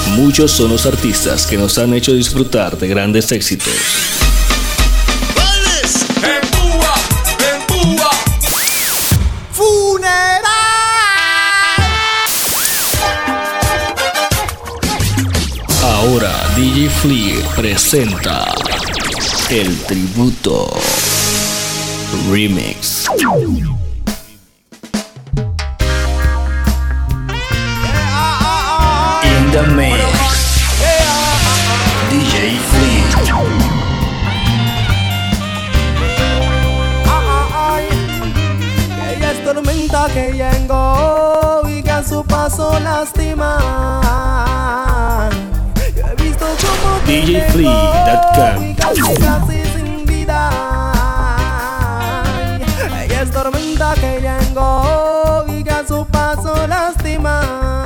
Muchos son los artistas que nos han hecho disfrutar de grandes éxitos. Ahora DJ Flea presenta el tributo remix. In the mix, DJ Flea. Ella es tormenta que llegó y que a su paso lastima. DJFlea.com. Casi sin vida. Ella es tormenta que llegó y que a su paso lastima.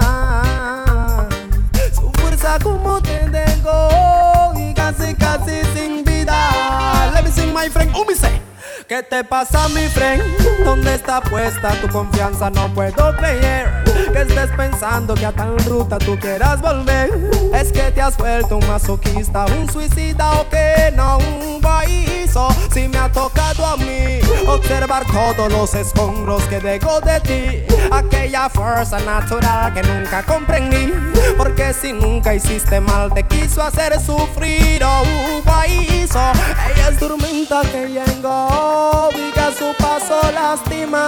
Su fuerza como te tengo y casi sin vida. Let me sing my friend, me say. ¿Qué te pasa, mi friend? ¿Dónde está puesta tu confianza? No puedo creer que estés pensando que a tal ruta tú quieras volver. Es que te has vuelto un masoquista, un suicida o que no un baízo. Si me ha tocado a mí observar todos los escombros que dejo de ti, aquella fuerza natural que nunca comprendí, porque si nunca hiciste mal te quiso hacer sufrir, oh baízo. Ella es tormenta que llegó y que a su paso lastima.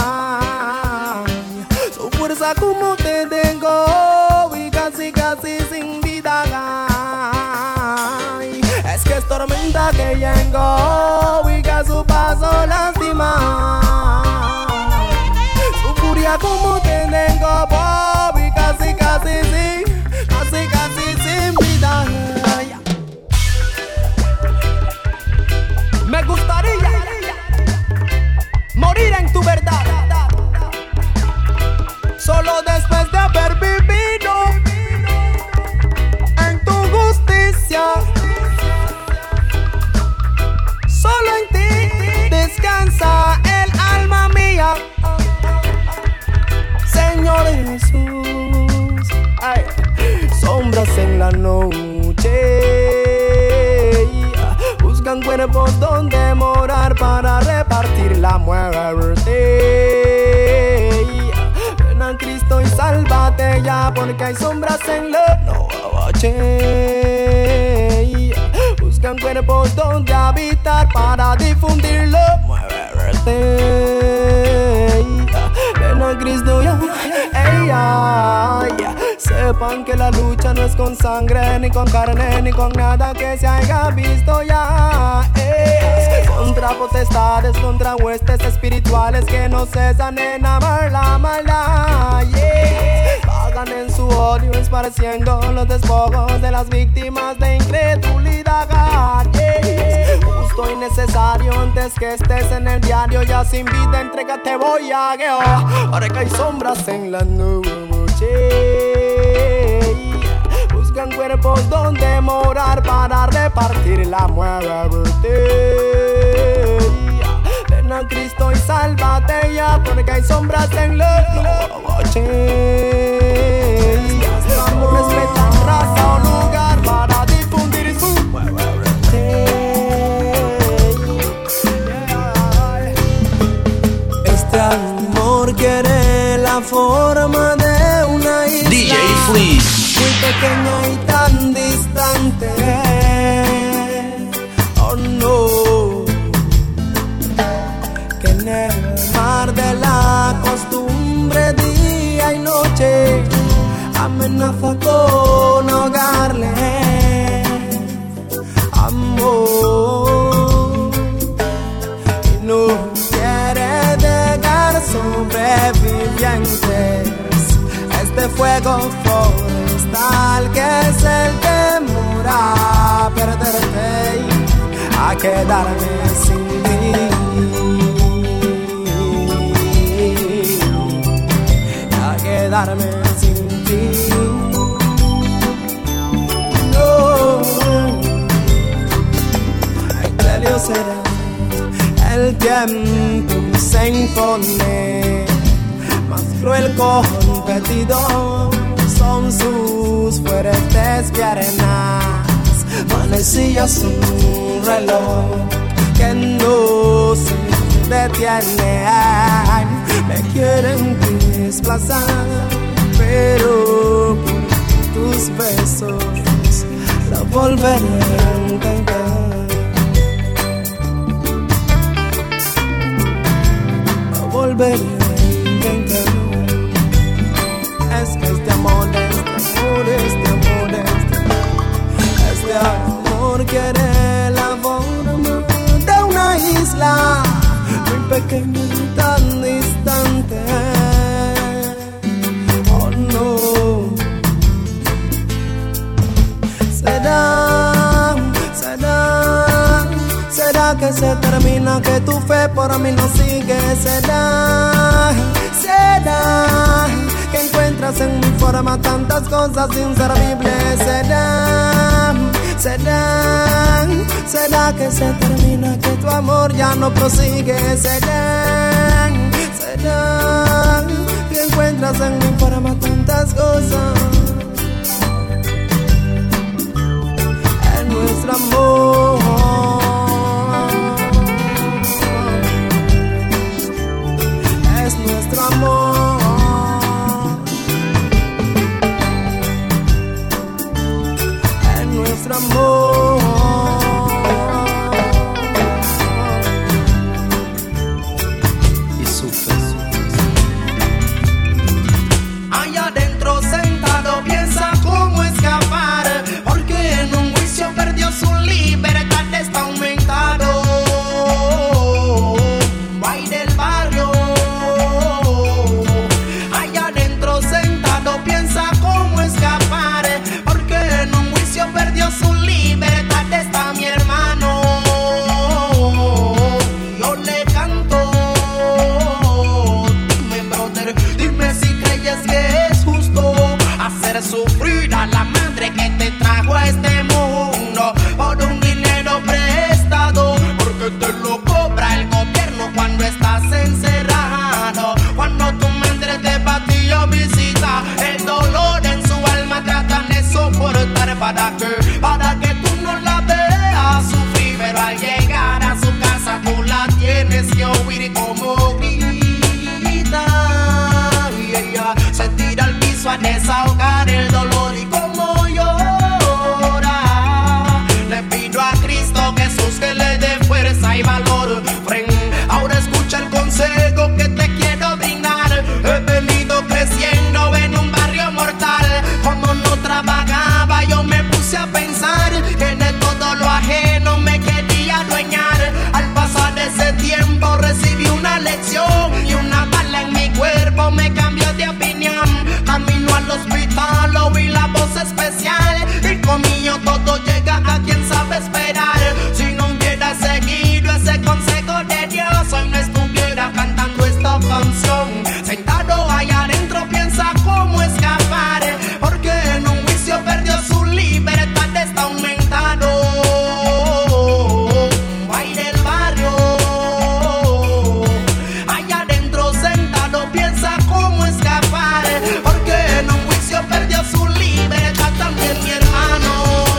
Su fuerza como te tengo y casi sin vida. Es que es tormenta que llegó y que a su paso lastima. Su furia como te tengo, y casi sin vida. Me gustaría morir en tu verdad, solo después de haber vivido en tu justicia. Solo en ti descansa el alma mía, Señor Jesús. Ay. Sombras en la noche buscan cuerpos donde morar para repartir la muerte. Ven a Cristo y sálvate ya, porque hay sombras en la noche. Buscan cuerpos donde habitar para difundir la muerte. Ven a Cristo ya, sepan que la lucha no es con sangre, ni con carne, ni con nada que se haya visto ya. Es contra potestades, contra huestes espirituales que no cesan en amar la maldad. Pagan en su odio esparciendo los despojos de las víctimas de incredulidad. Justo y necesario antes que estés en el diario ya sin vida, entrégate, voy a guiar. Ahora que hay sombras en la noche, buscan cuerpos donde morar para repartir la muerte. Ven a Cristo y sálvate ya, porque hay sombras en la noche. No respetan raza o lugar para difundir su muerte. Este amor quiere la forma de una isla, DJ Flea, muy pequeña y tan distante. Oh no, que en el mar de la costumbre día y noche amenaza con ahogarle. Amor, y no quiere dejar sobrevivientes este fuego forestal que es el temor a perderte y a quedarme sin ti, a quedarme sin ti. No, entre Dios será el tiempo se impone, más cruel competidor son sus fuertes piernas, manecillas un reloj que no se detiene. Ay, me quieren desplazar, pero por tus besos lo volveré a intentar. Lo volveré a intentar. Es que este amor quiere la forma de una isla muy pequeña y tan distante. Oh no. Será que se termina, que tu fe por mí no sigue. Será que encuentras en mi forma tantas cosas inservibles. Será que se termina, que tu amor ya no prosigue. Será que encuentras en mi forma tantas cosas. En nuestro amor, es nuestro amor. Nuestro amor y sufre. Allá adentro sentado piensa cómo escapar, porque en un juicio perdió su libertad, está aumentado. Ay del barrio. Allá adentro sentado piensa cómo escapar, porque en un juicio perdió su libertad, está mi hermano. Yo le canto. Dime, brother, dime si creyes que es justo hacer sufrir a la madre que te trajo a este mundo por un dinero prestado, porque te lo cobra el gobierno cuando estás encerrado. Cuando tu madre te va a ti a visita, el dolor en su alma tratan de soportar para que tú no la veas sufrir, pero al llegar a su casa tú la tienes que oír como grita, y ella se tira al piso a desahogar el dolor y como llora. Le pido a Cristo Jesús que le dé fuerza y valor. Ahora escucha el consejo que te quiero brindar. He venido creciendo en un barrio mortal. Como no trabajaba yo me puse a pensar que de todo lo ajeno me quería adueñar. Al pasar ese tiempo recibí una lección y una bala en mi cuerpo me cambió de opinión. Camino al hospital, oí la voz especial y conmigo todo llega a quien sabe esperar. Si no hubiera seguido ese consejo de Dios, hoy no estuviera cantando esta canción. Sentado allá adentro piensa cómo escapar, porque en un juicio perdió su libertad, está aumentado. Ay del barrio. Allá adentro sentado piensa cómo escapar, porque en un juicio perdió su libertad también mi hermano.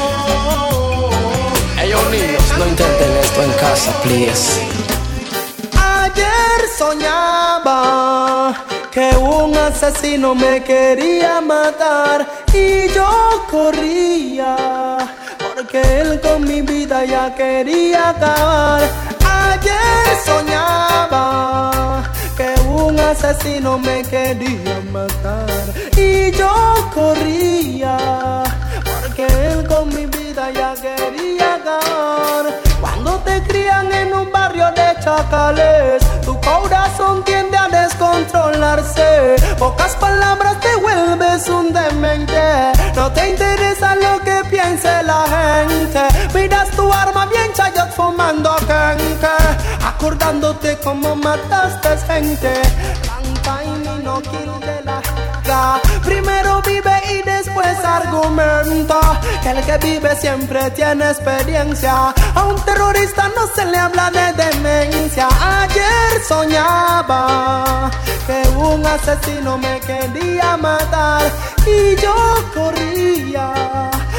Ellos niños, no intenten esto en casa, please. Ayer soñaba que un asesino me quería matar y yo corría, porque él con mi vida ya quería acabar. Ayer soñaba que un asesino me quería matar y yo corría, porque él con mi vida ya quería acabar. Cuando te crían en un barrio de chacales, tu corazón tiende a descontrolarse. Pocas palabras te vuelves un demente. No te interesa lo que piense la gente. Miras tu arma bien chayot fumando kenke, acordándote cómo mataste gente. Canta y no kill de la jega. Primero vive y después argumenta. Que el que vive siempre tiene experiencia. A un terrorista no se le habla de demencia. Ayer soñaba que un asesino me quería matar y yo corría,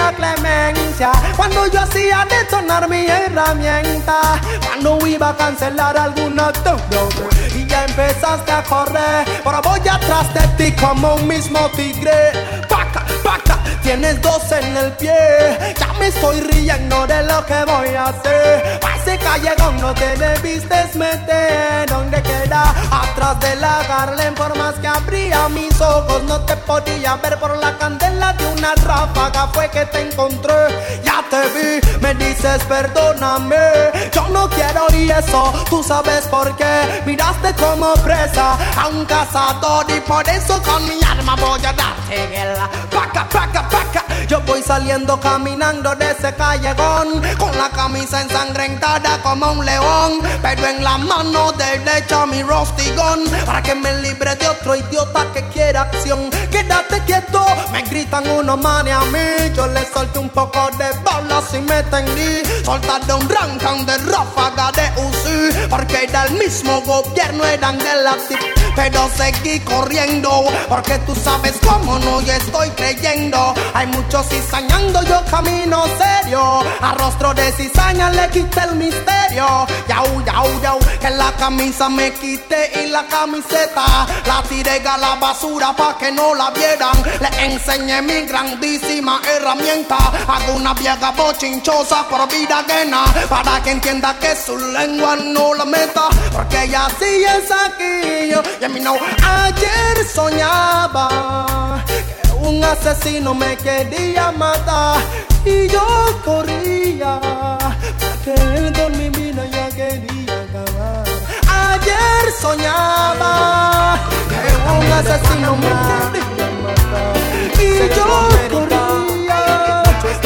pedía clemencia cuando yo hacía detonar mi herramienta, cuando iba a cancelar alguna deuda y ya empezaste a correr. Ahora voy atrás de ti como un mismo tigre. Paca, paca, tienes dos en el pie. Ya me estoy riendo de lo que voy a hacer. A ese callejón no te debiste meter. ¿Dónde queda? Atrás de la Garland. Por más que abría mis ojos no te podía ver. Por la candela de una ráfaga fue que te encontré. Ya te vi, me dices perdóname. Yo no quiero oír eso, tú sabes por qué. Miraste como presa a un cazador y por eso con mi arma voy a darte guerra. Paca, paca, paca. Yo voy saliendo caminando de ese callejón con la camisa ensangrentada como un león, pero en la mano derecha mi rostigón para que me libre de otro idiota que quiera acción. Quédate quieto, me gritan unos manes a mí. Yo le solté un poco de balas y me tendí. Soltar de un rancan de ráfaga de Uzi, porque era el mismo gobierno, eran de la TIP. Pero seguí corriendo, porque tú sabes cómo no, yo estoy creyendo. Hay muchos cizañando, yo camino serio. A rostro de cizaña le quité el misterio. Yau, yau, yau, que la camisa me quité y la camiseta la tiré a la basura pa' que no la vieran. Le enseñé mi grandísima herramienta. Hago una vieja bochinchosa por vida ajena, para que entienda que su lengua no la meta, porque ella sí es aquí. Y a mí no, ayer soñaba que un asesino me quería matar y yo corría porque con mi vida ya quería acabar. Ayer soñaba que un asesino me quería matar y yo corría.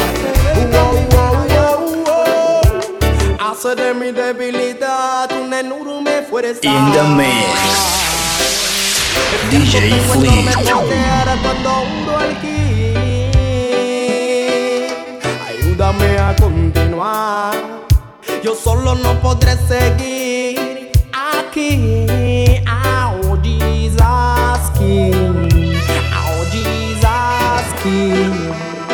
Hace de mi debilidad un enorme fuerza. In the mix, DJ Flea. Ayúdame a continuar. Yo solo no podré seguir aquí. Oh Jesus King. Oh Jesus King.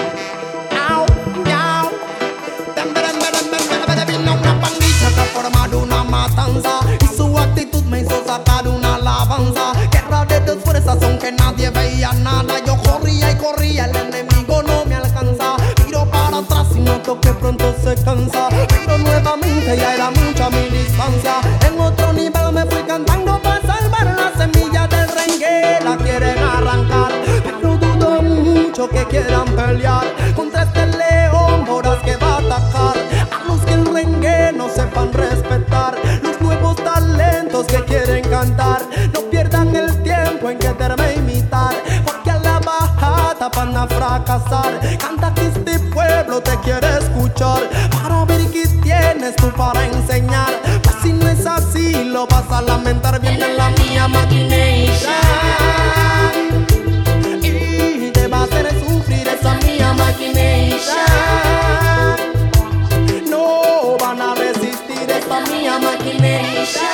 Una pandilla que ha formado una matanza y su actitud me hizo sacar una alabanza. Guerra de dos fuerzas aunque nadie veía nada. Yo corría y corría, el enemigo no me alcanza. Miro para atrás y noto que pronto se cansa. Pero nuevamente ya era mucha mi distancia. En otro nivel me fui cantando para salvar la semilla del rengue. La quieren arrancar, pero dudo mucho que quieran pelear contra este león voraz que va a atacar a los que el rengue no sepan respetar. Los nuevos talentos que quieren cantar, no pierdan el tiempo en quererme imitar, porque a la bajada van a fracasar. Canta que este pueblo te quiere escuchar, para ver qué tienes tú para enseñar. Pues si no es así lo vas a lamentar. Bien en la mía maquination y te va a hacer sufrir esa mía maquination. No van a resistir esta mía maquination.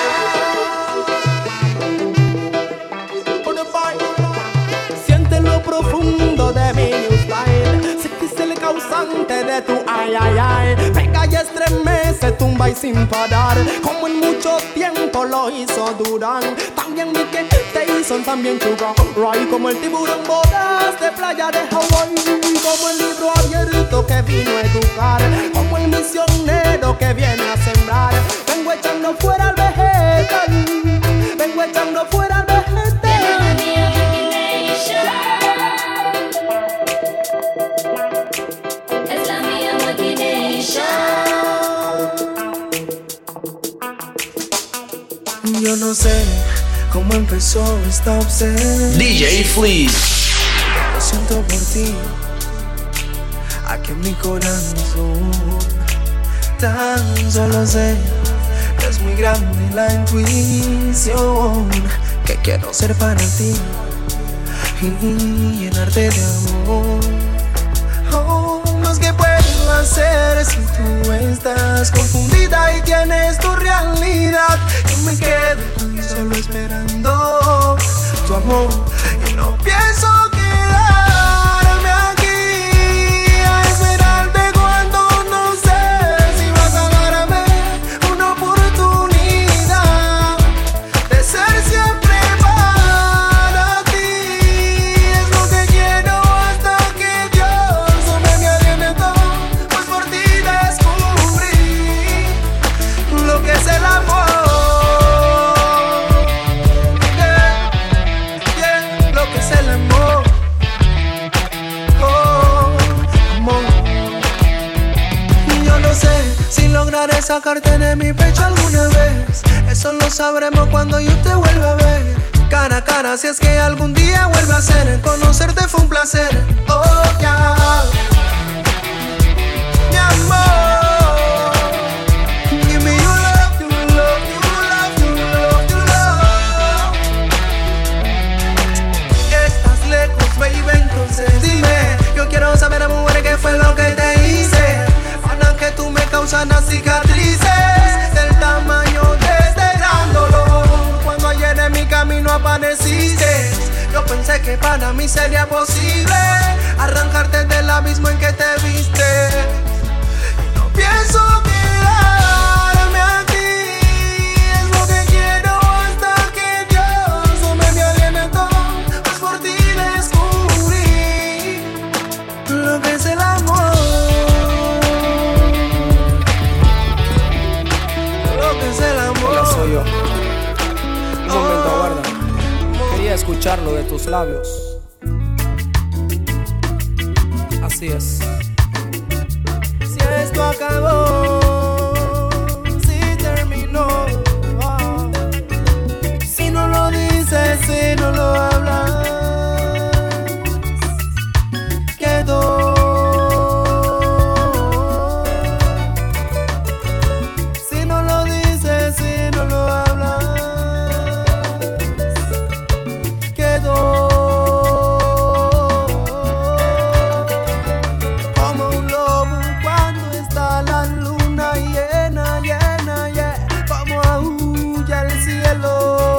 Siente lo profundo de mi new style. Sé que es el causante de tu ay, ay, ay. Pega y estremece, tumba y sin parar, como en mucho tiempo lo hizo Durán. También vi que te hizo también Sugar Ray, como el tiburón voraz de playa de Hawái, como el libro abierto que vino a educar, como el misionero que viene a sembrar. Vengo echando fuera al vegetal, vengo echando fuera al vegetal. Es la mía maquination. Yo no sé cómo empezó esta obsesión. DJ Flea. Lo siento por ti, aquí en mi corazón. Tan solo sé que es muy grande la intuición que quiero ser para ti y llenarte de amor. Oh, más que puedo hacer si tú estás confundida y tienes tu realidad. Yo me quedo tan solo esperando tu amor y no pienso quedarme aquí a sacarte de mi pecho alguna vez. Eso lo sabremos cuando yo te vuelva a ver. Cara a cara, si es que algún día vuelve a ser. Conocerte fue un placer. Oh, yeah. Mi amor, give me your love, your love, your love, your love, your love. Estás lejos, baby, entonces dime. Yo quiero saber, mujer, qué fue lo que te hice. Para que tú me causas las cicatrices del tamaño de este gran dolor. Cuando ayer en mi camino apareciste, yo pensé que para mí sería posible arrancarte del abismo en que te viste. Y no pienso quedarme aquí, es lo que quiero hasta que Dios tome mi aliento. Pues por ti descubrí lo que es el amor, lo que es el amor. Hola, soy yo. Un momento, aguarda. Quería escucharlo de tus labios. Así es. Si esto acabó, si terminó, si no lo dices, si no lo hablas, quedó. Si no lo dices, si no lo hablas, quedó. Como un lobo cuando está la luna llena, llena, llena, como aúlla el cielo.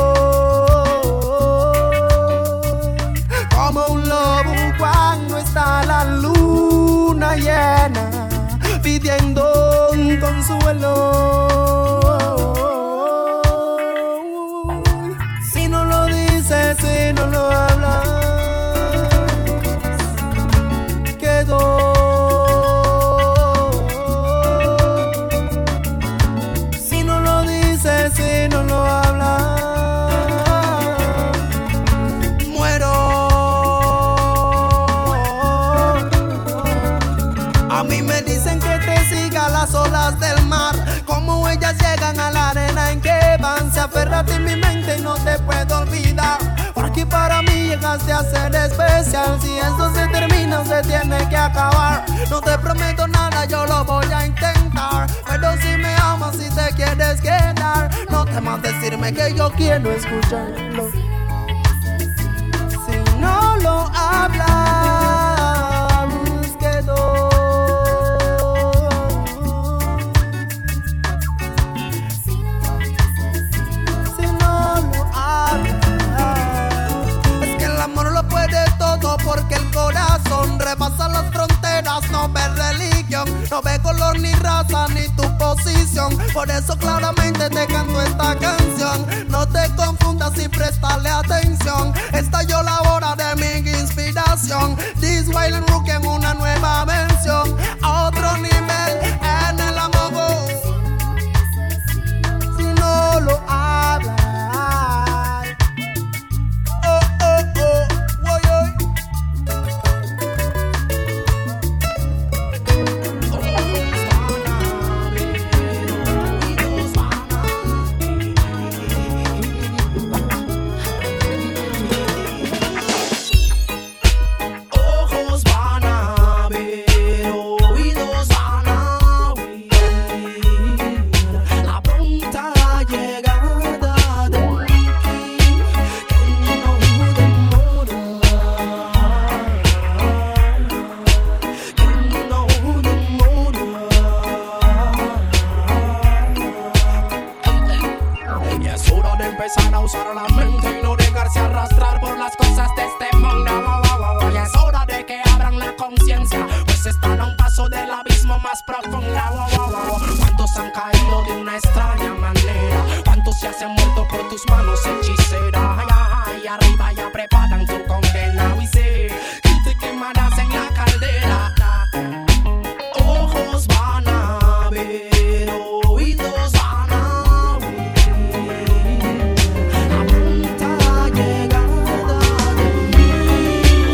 Como un lobo cuando está la luna llena, pidiendo un consuelo. Si no lo dices, si no lo hablas, quedó. Si no lo dices, si no lo hablas, muero. A mí me dicen que te siga las olas del mar, como ellas llegan a la arena en que van. Se aferra a ti mi mente y no te puedo olvidar, porque para mí llegaste a ser especial. Si esto se termina, se tiene que acabar. No te prometo nada, yo lo voy a intentar, pero si me amas, si te quieres quedar, no temas decirme que yo quiero escucharlo. Si no lo hablas, quedó. Si no lo hablas, es que el amor lo puede todo, porque el corazón rebasa las fronteras. No ve religión, no ve color ni raza ni tu posición. Por eso claramente te canto esta canción. No te confundas y préstale atención. Estalló la hora de mi inspiración. This Wild Rookie en una nueva versión, a otro nivel en el amor. Si no lo hablas, oh, oh, oh, woy, woy. Ojos van a ver, oídos van a oír la pronta llegada de Ricky, que no demora, que no demora. Y es hora de empezar a usar la mente y no dejarse arrastrar por las cosas de este mundo. Y es hora de que abran la conciencia, pues están a un paso del abismo más profundo. ¿Cuántos han caído de una extraña manera? ¿Cuántos se han muerto por tus manos hechiceras? Y arriba ya preparan tu condena. Y sí, y te quemarás en la caldera. Ojos van a ver, oídos van a oír la pronta llegada de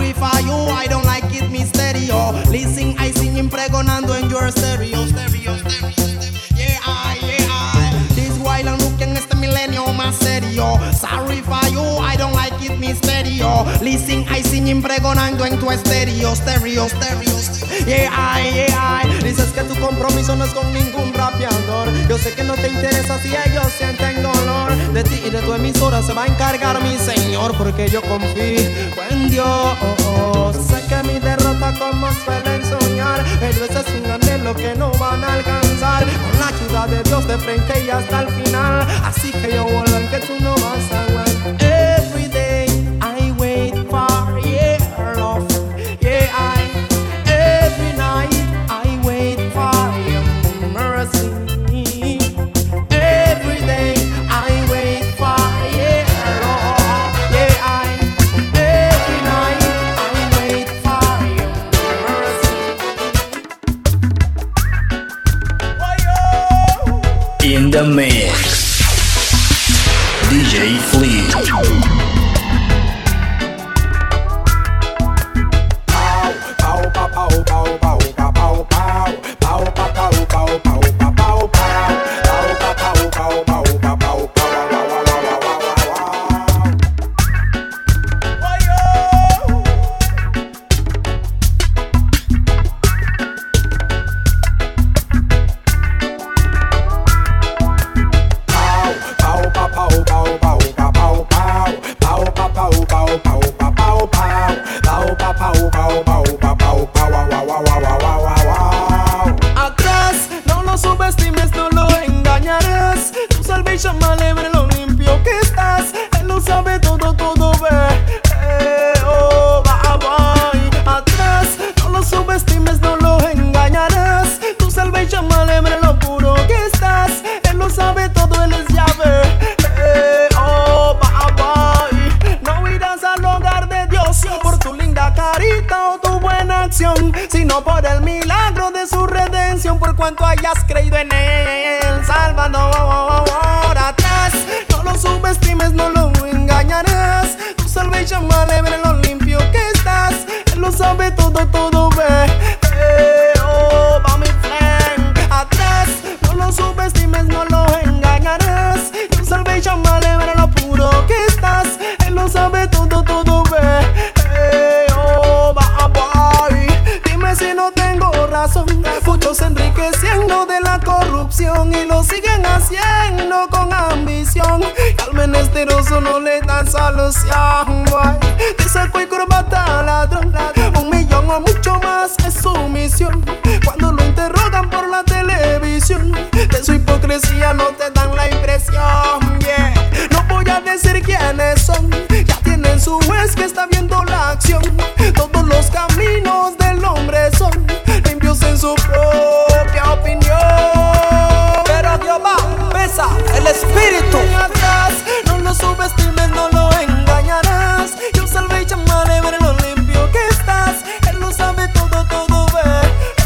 Sorry for you, I don't like it, mi stereo. Listen, I sing impregonando en your stereo. Yeah, this while I'm looking este milenio más serio. Sorry for you, I don't like it, mi stereo. Listen, I sing impregonando en tu estéreo. Yeah, dices que tu compromiso no es con ningún rapeador. Yo sé que no te interesa si ellos sienten dolor. De ti y de tu emisora se va a encargar mi Señor, porque yo confío en Dios. Sé que mi derrota como suelen soñar, pero ese es un anhelo que no van a alcanzar. Con la ayuda de Dios de frente y hasta el final. Así que yo vuelvo en que tú no vas a aguantar. Every day I wait for your love. Yeah, every night I wait for your mercy. Every day I wait for your love. Yeah, every night I wait for your mercy. In the mix, DJ Flea. Atrás, no lo subestimes, no lo engañarás. Tu salvación me alegra lo limpio que estás. Él lo sabe todo, todo ve. Atrás, no lo subestimes, no lo engañarás. Tu salvación me alegra lo puro que estás. Él lo sabe todo, él es llave. No irás al hogar de Dios por tu linda carita o tu buena acción, sino por el milagro de su redención, por cuanto hayas creído en él, Salvador. Atrás, no lo subestimes, no lo engañarás. Tu salvación me alegra lo limpio que estás. Él lo sabe todo, todo ve. Mi friend. Atrás, no lo subestimes, no lo engañarás. Tu salvación me alegra lo puro que estás. Él lo sabe todo, todo ve. Dime si no tengo razón. Muchos enriqueciendo de la corrupción y lo siguen haciendo con ambición. Y al menesteroso no le dan solución. Dice y corbata ladrón. 1 millón o mucho más es su misión. Cuando lo interrogan por la televisión, de su hipocresía no te dan la impresión. Yeah. No voy a decir quiénes son. Ya tienen su juez que está viendo la acción. Todos los caminos del hombre son limpios en su propia opinión. Pero Jehová pesa el espíritu. Atrás, no lo subestimes, no lo engañarás. Yo salvation me alegra lo limpio que estás. Él lo sabe todo, todo ve.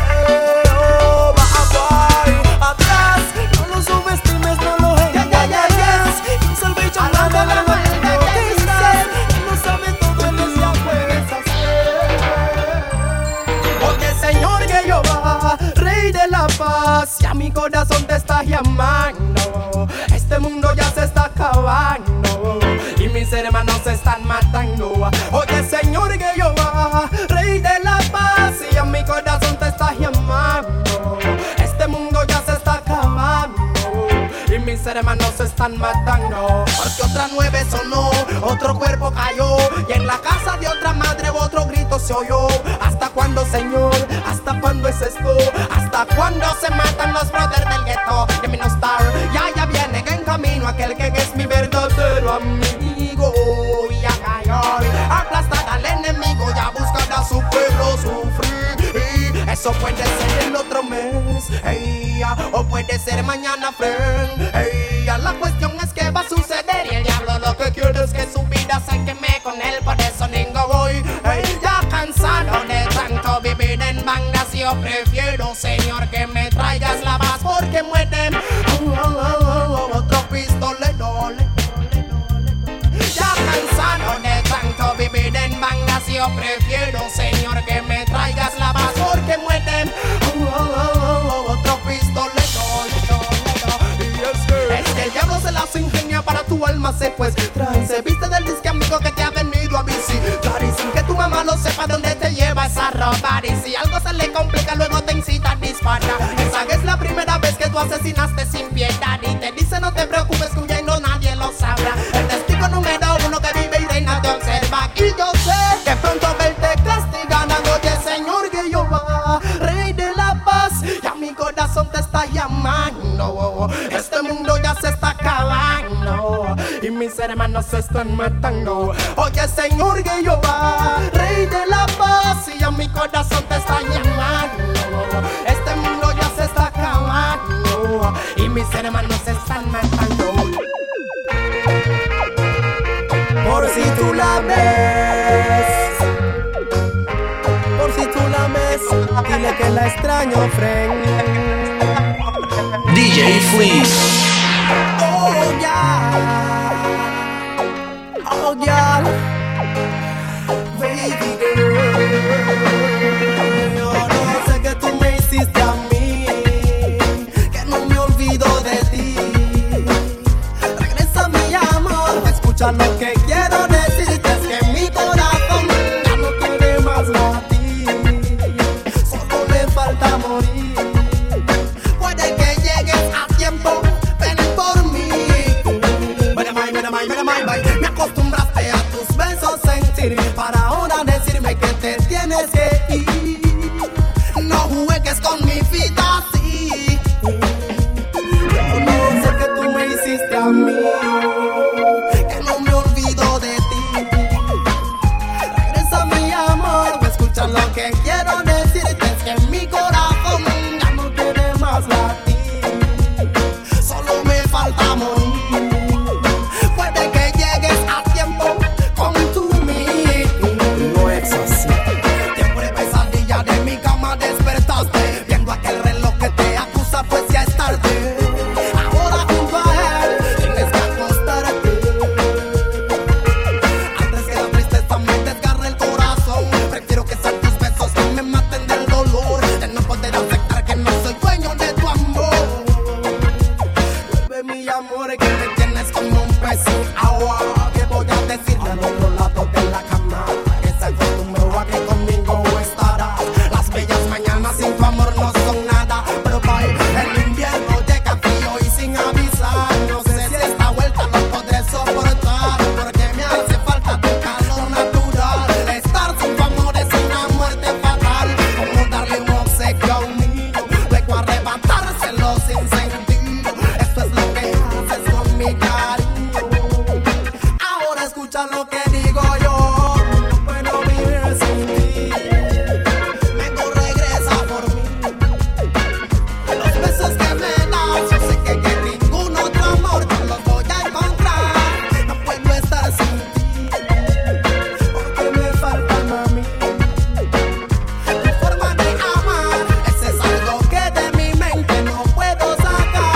Atrás, no lo subestimes, no lo engañarás. Yo salvation me alegra lo limpio que estás. Él lo sabe todo, él es la puedes hacer. Porque Señor que Jehová, Rey de la paz, ya mi corazón te está llamando. Este mundo ya se está acabando y mis hermanos se están matando. Oye Señor que Jehová, Rey de la paz, ya mi corazón te está llamando. Este mundo ya se está acabando y mis hermanos se están matando. Porque otra 9 sonó, otro cuerpo cayó, y en la casa de otra madre otro grito se oyó. ¿Hasta cuándo, Señor? ¿Hasta cuándo es esto? ¿Hasta cuándo se matan los brothers del gueto? De mi no star, ya viene en camino aquel que es mi verdadero amigo. Ya cayó, aplastar al enemigo, ya buscará su pueblo sufrir. Eso puede ser el otro mes, o puede ser mañana, friend. La cuestión es que va a suceder y el diablo lo que quiere es que su vida se queme con él. Por eso ningo voy, ya cansado de tanto vivir en bandas. Yo prefiero, Señor, que me traigas la paz, porque mueren otro pistolero. Ya cansado de tanto vivir en bandas. Yo prefiero quiero, Señor, que me traigas la paz, porque mueren otro pistoleto. Es que el diablo se las ingenia para tu alma secuestrar. Se viste del disque amigo que te ha venido a visitar, y sin que tu mamá lo sepa dónde te llevas a robar. Y si algo se le complica luego te incita a disparar. Esa es la primera vez que tú asesinaste sin piedad, y te dice no te preocupes que huyendo nadie lo sabrá. El testigo número uno que vive y reina te observa. Y yo sé que pronto verte castigan. Oye, Señor, que yo va, Rey de la paz, y a mi corazón te está llamando. Este mundo ya se está acabando y mis hermanos se están matando. Oye, Señor, que yo va, Rey de la paz, y a mi corazón te está llamando. Este mundo ya se está acabando y mis hermanos se están matando. Por si tú la ves, por si tú la ves, dile que la extraño, friend. DJ Fleece. Oh yeah, baby girl. Yo no sé que tú me hiciste a mí, que no me olvido de ti. Regresa mi amor, escucha lo que quiero decirte, es que mi corazón ya no quiere más latir, solo le falta morir. Puede que llegues a tiempo, ven por mí. Me acostumbraste a tus besos sentir, para ahora decirme que te tienes que ir. No juegues con mi vida así. Yo no sé que tú me hiciste a mí, que no me olvido de ti. Regresa mi amor, escucha lo que quiero decirte, es que mi corazón ya no quiere más latir, solo me falta morir. Puede que llegues a tiempo con tu mí. No es así. Tiempo de pesadilla, de mi cama despertaste, viendo aquel reloj que te acusa, pues ya es tarde. Ahora junto a él tienes que acostarte, antes que la tristeza me desgarre el corazón. Prefiero que sean tus besos que me maten del dolor, de no poder aceptar que no soy dueño de tu amor. Vuelve mi amor, que me tienes como un pez sin agua. ¿Qué voy a decirte al otro lado de la cama? Que se acostumbró a que conmigo estarás. Las bellas mañanas sin tu amor no son nada. Pero bye, el invierno llega frío y sin avisar. No sé si esta vuelta lo podré soportar, porque me hace falta tu calor natural. Estar sin tu amor es una muerte fatal, como darle un obsequio a un niño, luego arrebatárselo sin sentido. Esto es lo que haces con mi cariño. Ahora escucha lo que digo yo, no puedo vivir sin ti. Vengo, regresa por mí. Los besos que me das, yo sé que ningún otro amor yo los voy a encontrar. No puedo estar sin ti, porque me falta, mami, tu forma de amar. Ese es algo que de mi mente no puedo sacar.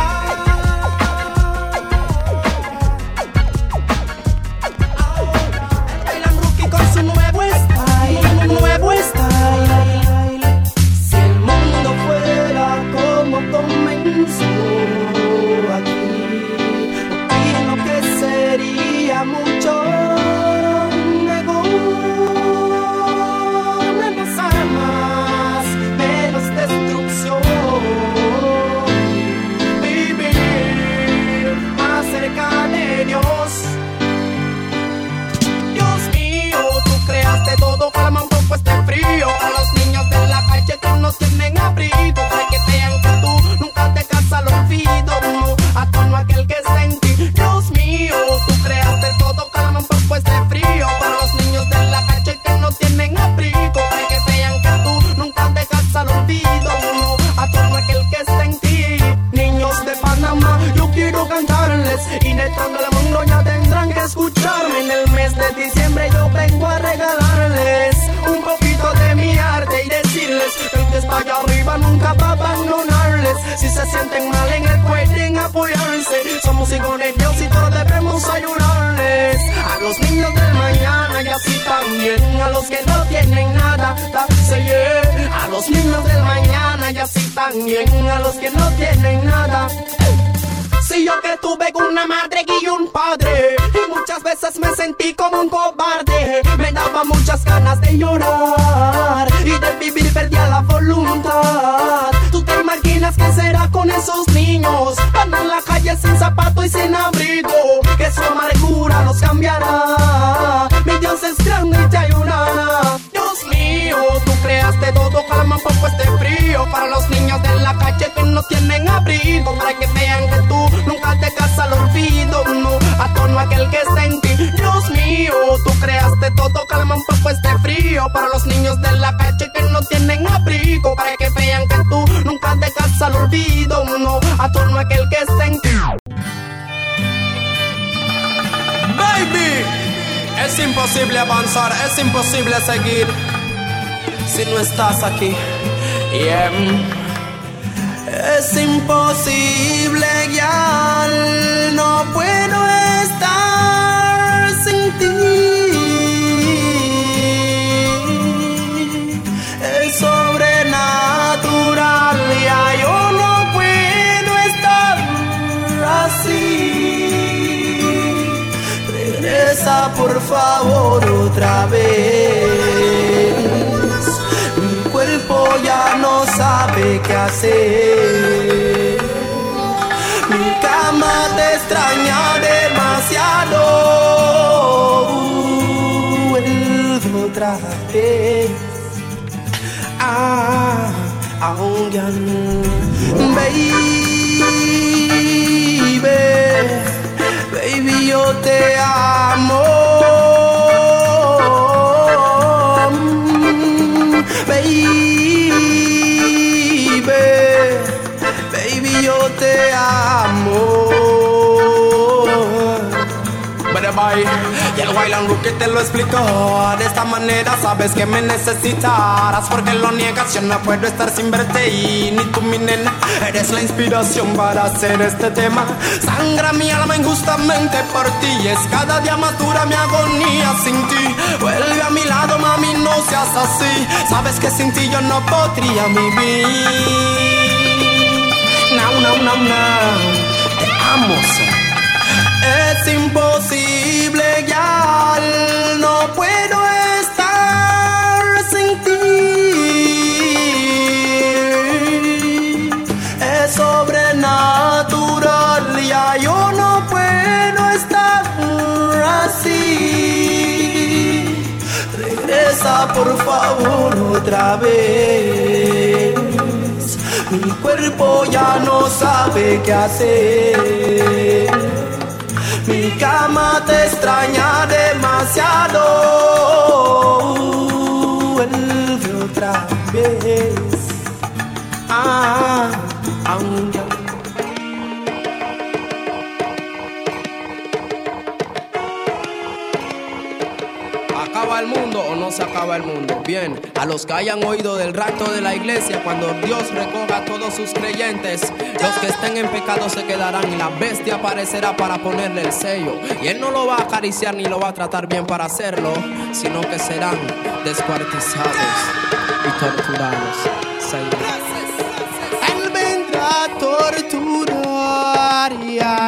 Bailan Rookie con su nuevo style, nuevo style. Si el mundo fuera como comenzó aquí, opino que sería mucho mejor. Menos armas, menos destrucción, vivir más cerca de Dios. Dios mío, tú creaste todo, calma un poco este frío. A los niños de la calle que no tienen abrigo, para que vean que tú nunca te casas al olvido. A torno a aquel que está en ti. Dios mío, tú creaste todo, calma un poco este frío. Para los niños de la calle que no tienen abrigo, para que vean que tú nunca te casas al olvido. A torno a aquel que está en ti. Niños de Panamá, yo quiero cantarles, y de todo el mundo ya tendrán que escucharme. En el mes de diciembre yo vengo a regalarles un poquito de mi arte y decirles que el que está allá arriba nunca va a abandonarles. Si se sienten mal en él pueden apoyarse. Somos hijos de Dios y todos debemos ayudarles. A los niños del mañana ya así también a los que no tienen nada. A los niños del mañana y así también a los que no tienen nada. Si yo que tuve una madre y un padre, y muchas veces me sentí como un cobarde. Me daba muchas ganas de llorar y de vivir perdía la voluntad. ¿Tú te imaginas qué será con esos niños? Van en la calle sin zapato y sin abrigo, que su amargura los cambiará. Mi Dios es grande y te ayudará. Dios mío, tú creaste todo, calma un poco este frío. Para los niños de la calle que no tienen abrigo, para que vean que tú nunca te casas al olvido, no, a tono aquel que está en ti. Dios mío, tú creaste todo, calma un poco este frío. Para los niños de la calle que no tienen abrigo, para que vean que tú nunca te casas al olvido, no, a tono aquel que está en ti. Baby, es imposible avanzar, es imposible seguir si no estás aquí. Yeah. Es imposible, ya no puedo estar sin ti. Es sobrenatural, ya yo no puedo estar así. Regresa por favor otra vez. Mi cuerpo ya no sabe qué hacer. Mi cama te extraña demasiado. Vuelve otra vez. Baby, yo te amo. Baby, yo te amo. Bye. Y el Wailan Rookie te lo explicó. De esta manera sabes que me necesitarás, porque lo niegas, yo no puedo estar sin verte. Y ni tú mi nena, eres la inspiración para hacer este tema. Sangra mi alma injustamente por ti, y es cada día más dura mi agonía sin ti. Vuelve a mi lado, mami, no seas así. Sabes que sin ti yo no podría vivir. No, te amo, es imposible, ya no puedo estar sin ti. Es sobrenatural, ya yo no puedo estar así. Regresa por favor otra vez. Mi cuerpo ya no sabe qué hacer. Mi cama te extraña demasiado. Vuelve otra vez. ¿Acaba el mundo o no se acaba el mundo? Bien, a los que hayan oído del rapto de la iglesia, cuando Dios recoja a todos sus creyentes, los que estén en pecado se quedarán y la bestia aparecerá para ponerle el sello. Y él no lo va a acariciar ni lo va a tratar bien para hacerlo, sino que serán descuartizados y torturados. Él vendrá a torturar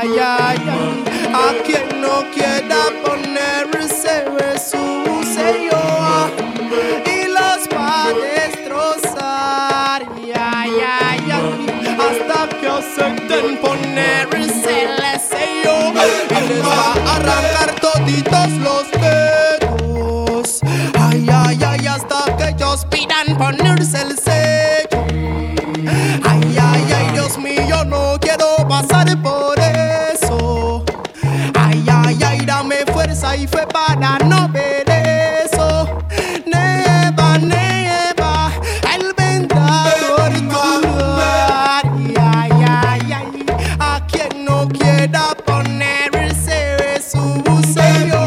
a quien no quiera ponerse su sello, y los va a destrozar hasta que acepten ponerse el sello, y les va a arrancar toditos los dedos, hasta que ellos pidan ponerse el sello. Dios mío, no quiero pasar por eso. Dame fuerza y fe para no ver eso. Neva, él vendrá a torturar a quien no quiera ponerse su sello,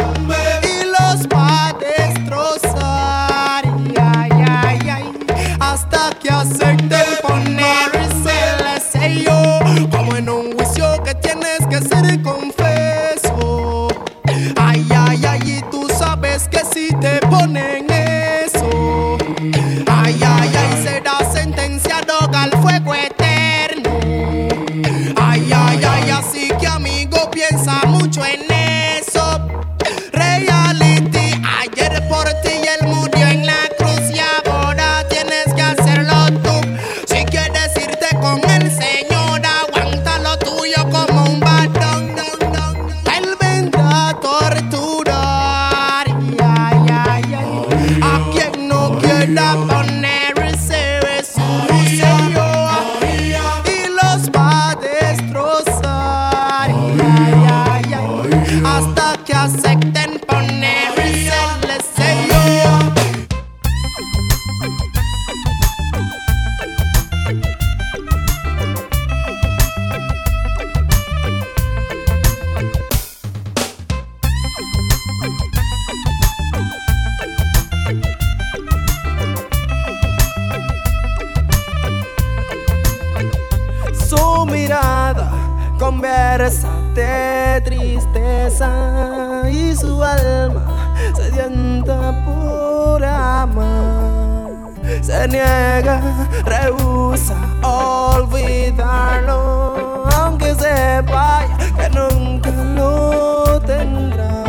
y los va a destrozar A quien no quiera poner ese beso, y los va a destrozar. Hasta que acepten poner ese sello. Su mirada conversa de tristeza y su alma sedienta por amar. Se niega, rehúsa olvidarlo, aunque sepa que nunca lo tendrá.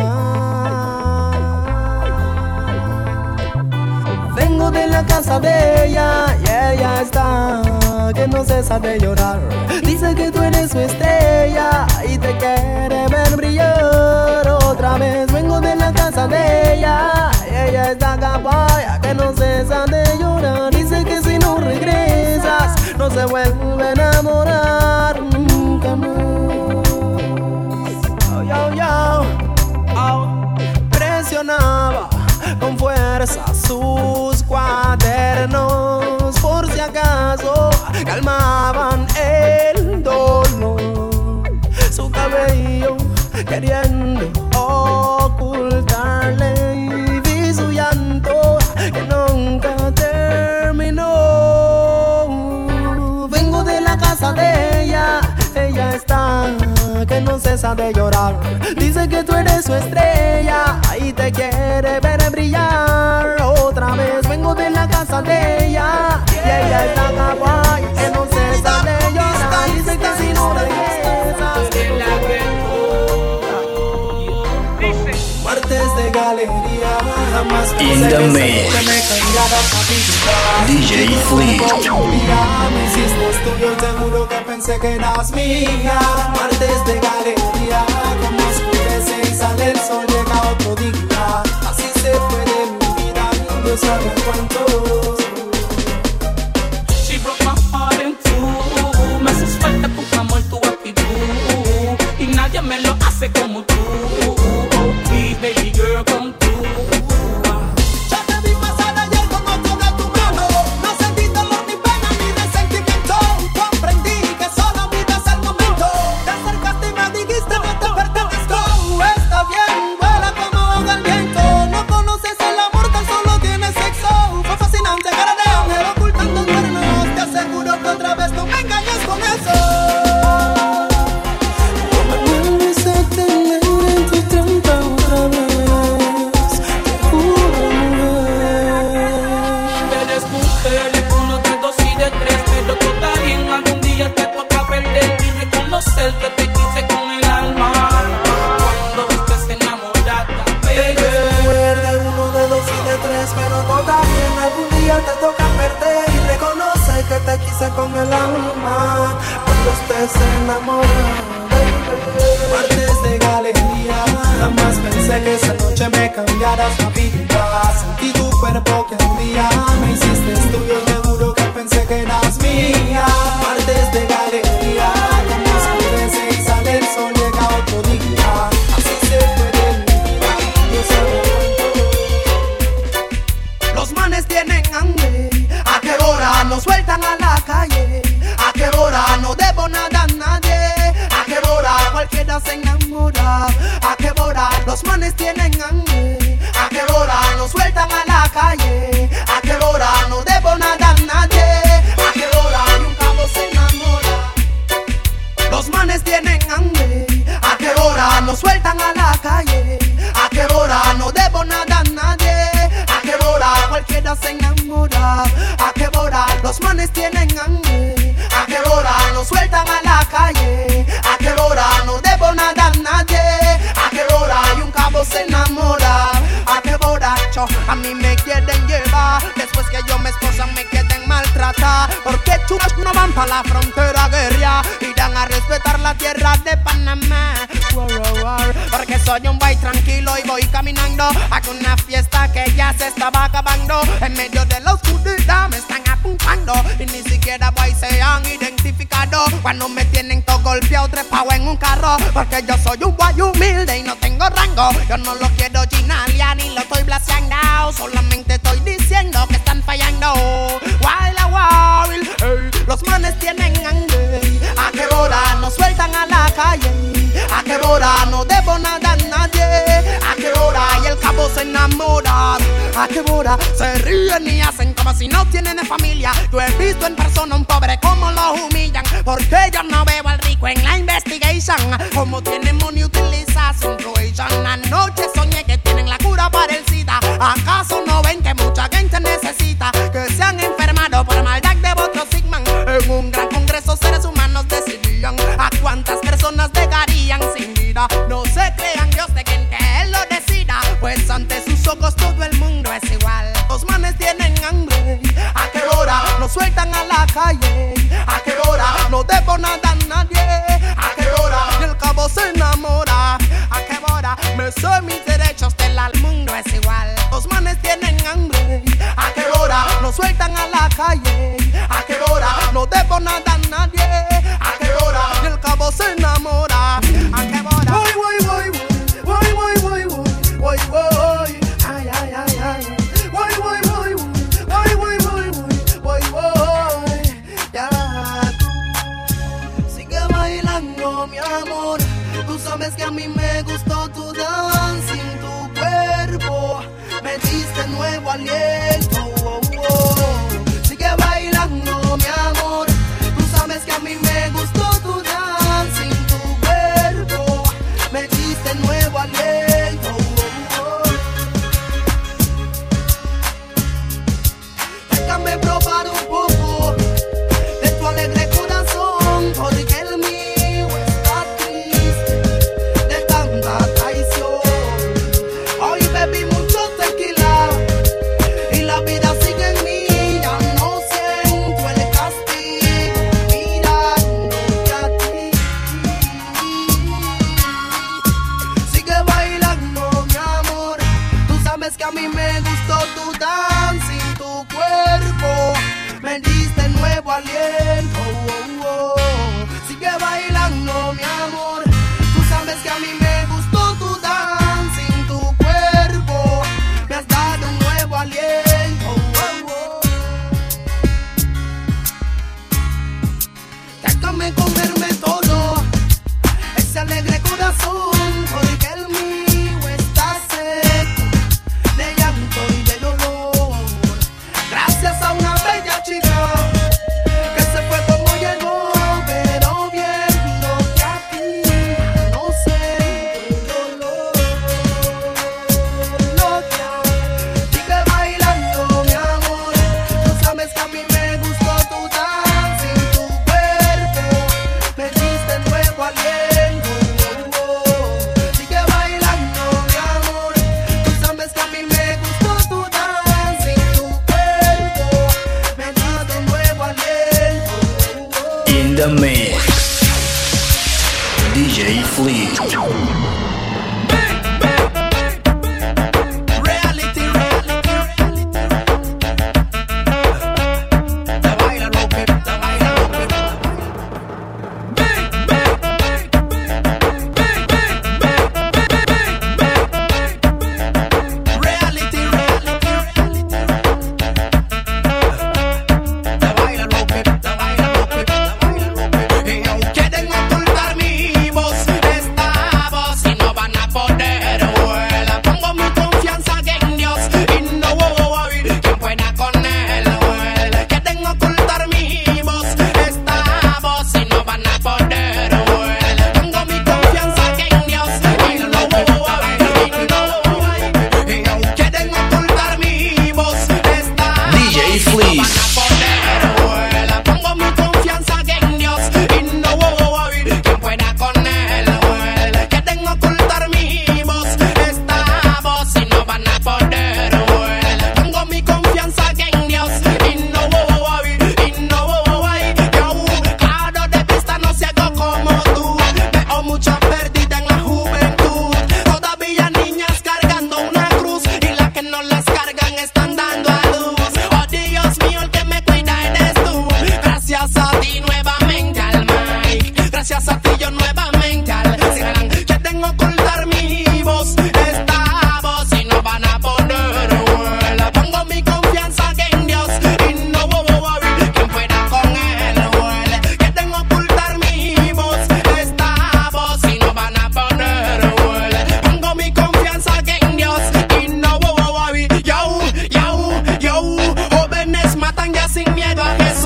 Vengo de la casa de ella y ella está que no cesa de llorar. Dice que tú eres su estrella y te quiere ver brillar otra vez. Vengo de la casa de ella y ella está capaz que no cesa de llorar. Dice que si no regresas no se vuelve a enamorar nunca más. Presionaba con fuerza sus cuadernos por si acaso calmaban el dolor. Su cabello queriendo ocultarle y vi su llanto que nunca terminó. Vengo de la casa de ella, ella está que no cesa de llorar. Dice que tú eres su estrella y te quiere ver brillar otra vez. Vengo de la casa de ella y ella está capaz que no cesa de llorar. Dice que si no regresas martes de galería, jamás In the mix. DJ Flea. Me hiciste tuyo y seguro que pensé que eras mía. Martes de galería, como oscurece y sale el sol, llega otro día. Así se puede mi vida, Dios sabe cuánto. She broke my heart in two. Me hace falta tu amor, tu actitud, y nadie me lo hace como tú. Oh, please, baby girl, come through. Ya te vi pasar ayer con otro de tu mano. No sentí dolor ni pena ni resentimiento. Comprendí que solo vives el momento. Te acercaste y me dijiste no te pertenezco. Está bien, vuela como hoja el viento. No conoces el amor, tan solo tienes sexo. Fue fascinante, cara de ángel ocultando cuernos. Te aseguro que otra vez no me engañes con eso. No me vuelves a tener en tu trampa otra vez. Te juro, mujer. Eres mujer y con los dedos y de tres, pero todo bien, algún día te toca perder y reconocer que te quise con el alma. Cuando estés enamorada, baby. Mujer de uno, de dos y de tres, pero toda bien, algún día te toca perder y reconoce que te quise con el alma. Cuando estés enamorada, martes de galería, jamás pensé que esa noche me cambiaras la vida. Sentí tu cuerpo que un día me hiciste tuyo, te juro que pensé que eras mía. Martes de galería, como oscurece y sale el sol, llega otro día. Así se puede mi vida, Dios sabe cuánto. Los manes tienen hambre, ¿a qué hora nos sueltan a la calle? ¿A qué hora no debo nada a nadie? ¿A qué hora cualquiera se enamora? ¿A qué hora los manes tienen hambre? ¿A qué hora nos sueltan a la calle? ¿A qué hora no debo nada a nadie? ¿A qué hora y un cabo se enamora? Los manes tienen hambre, ¿a qué hora nos sueltan a la calle? ¿A qué hora no debo nada a nadie? ¿A qué hora cualquiera se enamora? ¿A qué hora los manes tienen hambre? ¿A qué hora nos sueltan a la calle? ¿A qué hora no debo nada a nadie? ¿A qué hora y un cabo se enamora? ¿A qué borracho a mí me quieren llevar? Después que yo me esposan me quieren maltratar. Porque chulos no van pa' la frontera guerra, irán a respetar la tierra de Panamá. Porque soy un boy tranquilo y voy caminando bailando. Hago una fiesta que ya se estaba acabando. En medio de la oscuridad me están apuntando y ni siquiera voy se han identificado. Cuando me tienen todo golpeado, trepado en un carro, porque yo soy un guay humilde y no tengo rango. Yo no lo quiero chinalear ni lo estoy blaseando. Solamente estoy diciendo que están fallando. Wild a wild, hey. Los manes tienen hambre. A qué hora nos sueltan a la calle. A qué hora no debo nada a nadie. A qué hora y el cabo se enamora. A qué hora se ríen y hacen como si no tienen familia. Yo he visto en persona un pobre como lo humillan, porque yo no veo al rico en la investigation. Como tienen money utiliza situation. Anoche soñé que tienen la cura para el SIDA. ¿Acaso no ven que mucha gente necesita? Que se han enfermado por maldad de otro Sigman. En un gran congreso seres humanos decidían a cuántas personas dejarían sin vida. No se crean Dios de quien que Él lo decida, pues ante sus ojos todo el mundo es igual. Los manes tienen hambre. ¿A qué hora nos sueltan a la calle? ¿A qué hora no debo nada a nadie? ¿A qué hora y el cabo se enamora? ¿A qué hora me sé mis derechos del al mundo es igual? Los manes tienen hambre. ¿A qué hora nos sueltan a la calle? ¿A qué hora no debo nada a nadie? ¿A qué hora y el cabo se enamora? ¿A qué hora? Voy, voy, voy, voy, voy, voy, voy, voy, voy, ay, ay, ay, ay. Voy, voy, voy, voy, voy, voy, voy, voy, voy. Ya sigue bailando, mi amor. Tú sabes que a mí me gustó tu dancing, tu cuerpo me diste nuevo aliento. Oh, oh. Sigue bailando, mi amor. Tú sabes que a mí me gustó tu dancing, tu cuerpo me diste nuevo aliento. Oh, oh. Déjame probar un poco de tu alegre corazón, porque el mío está triste de tanta traición. Hoy bebí mucho tequila y la vida sigue en mí. Ya no siento el castigo mirándote a ti. Sigue bailando, mi amor. Tú sabes que a mí me gustó tu dancing, tu cuerpo me diste nuevo aliento. Oh, oh. Sigue bailando, mi amor. Tú sabes que a mí me gustó tu dancing, tu cuerpo me has dado un nuevo aliento. Oh, oh. Déjame comerme todo ese alegre corazón, porque el mío está seco de llanto y de dolor. Gracias a una bella chica que se fue como llegó, pero viéndote a ti no siento el dolor. No, ya. Sigue bailando, mi amor. Tú sabes que a mí me gustó tu dancing, tu cuerpo me diste nuevo aliento. Oh, oh. Sigue bailando, mi amor. Tú sabes que a mí me gustó tu dancing, tu cuerpo me diste nuevo aliento. Oh, oh. In the mix, DJ Fleet. Reality, reality, reality. Te baila, Roque, te baila, Roque. Reality, reality, reality. Te baila, Roque, te baila, Roque, te baila, Roque.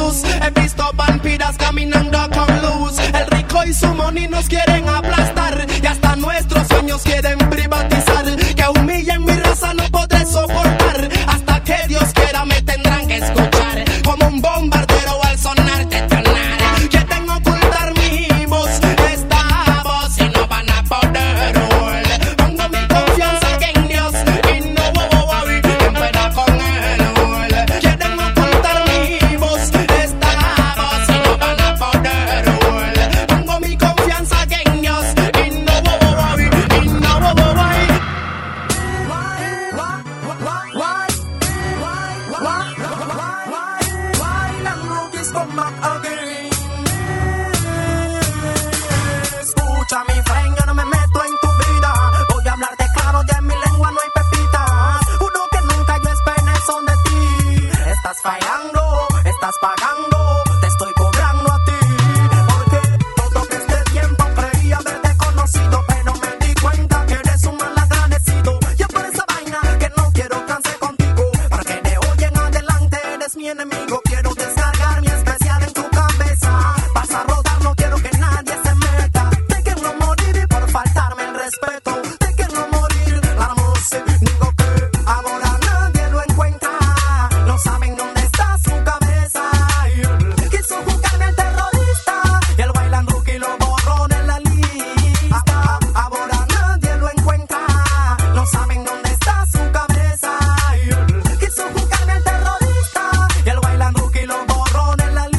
luz. He visto vampiras caminando con luz. El rico y su money nos quieren aplastar y hasta nuestros sueños quieren privatizar. Que humillen mi raza no podré soportar. Hasta que Dios quiera me tendrán que escuchar como un bombardero al sonar detonar. Quieren ocultar mi voz, esta voz y no van a poder oír. Pongo mi confianza en Dios y no voy en pena con él. Quieren ocultar mi voz, esta voz y no van a poder oír. Pongo mi confianza en Dios y no voy y no voy. Escucha mi friend, yo no me meto en tu vida. Voy a hablarte claro, ya en mi lengua no hay pepitas. Juro que nunca yo esperé eso de ti. Estás fallando, estás pagando, te estoy cobrando a ti. Porque todo este tiempo creí haberte conocido, pero me di cuenta que eres un mal agradecido. Y es por esa vaina que no quiero trance contigo. Porque de hoy en adelante eres mi enemigo. Quiero descargar mi especial en tu cabeza. Vas a rodar, no quiero que nadie se meta. Te quiero morir y por faltarme el respeto. Te quiero morir, la música. Digo que ahora nadie lo encuentra. No saben dónde está su cabeza. Y él quiso juzgarme al terrorista y el bailan rookie lo borró de la lista. Ahora nadie lo encuentra. No saben dónde está su cabeza. Y él quiso juzgarme al terrorista y el bailan rookie lo borró de la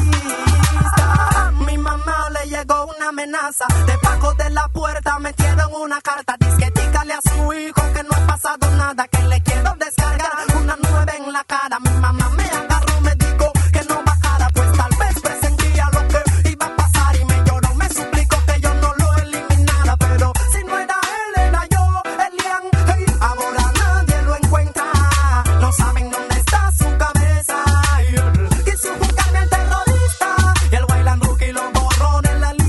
lista. A mi mamá le llegó una amenaza. Debajo de la puerta metieron una carta. Dice que dígale a su hijo que no ha pasado nada, que le quiero descargar una 9 en la cara. Mi mamá me agarró, me dijo que no bajara, pues tal vez presentía lo que iba a pasar y me lloró, me suplicó que yo no lo eliminara. Pero si no era él, era yo, Elian. Hey, ahora nadie lo encuentra. No saben dónde está su cabeza. Y él quiso juzgarme al terrorista y el bailan rookie lo borró de la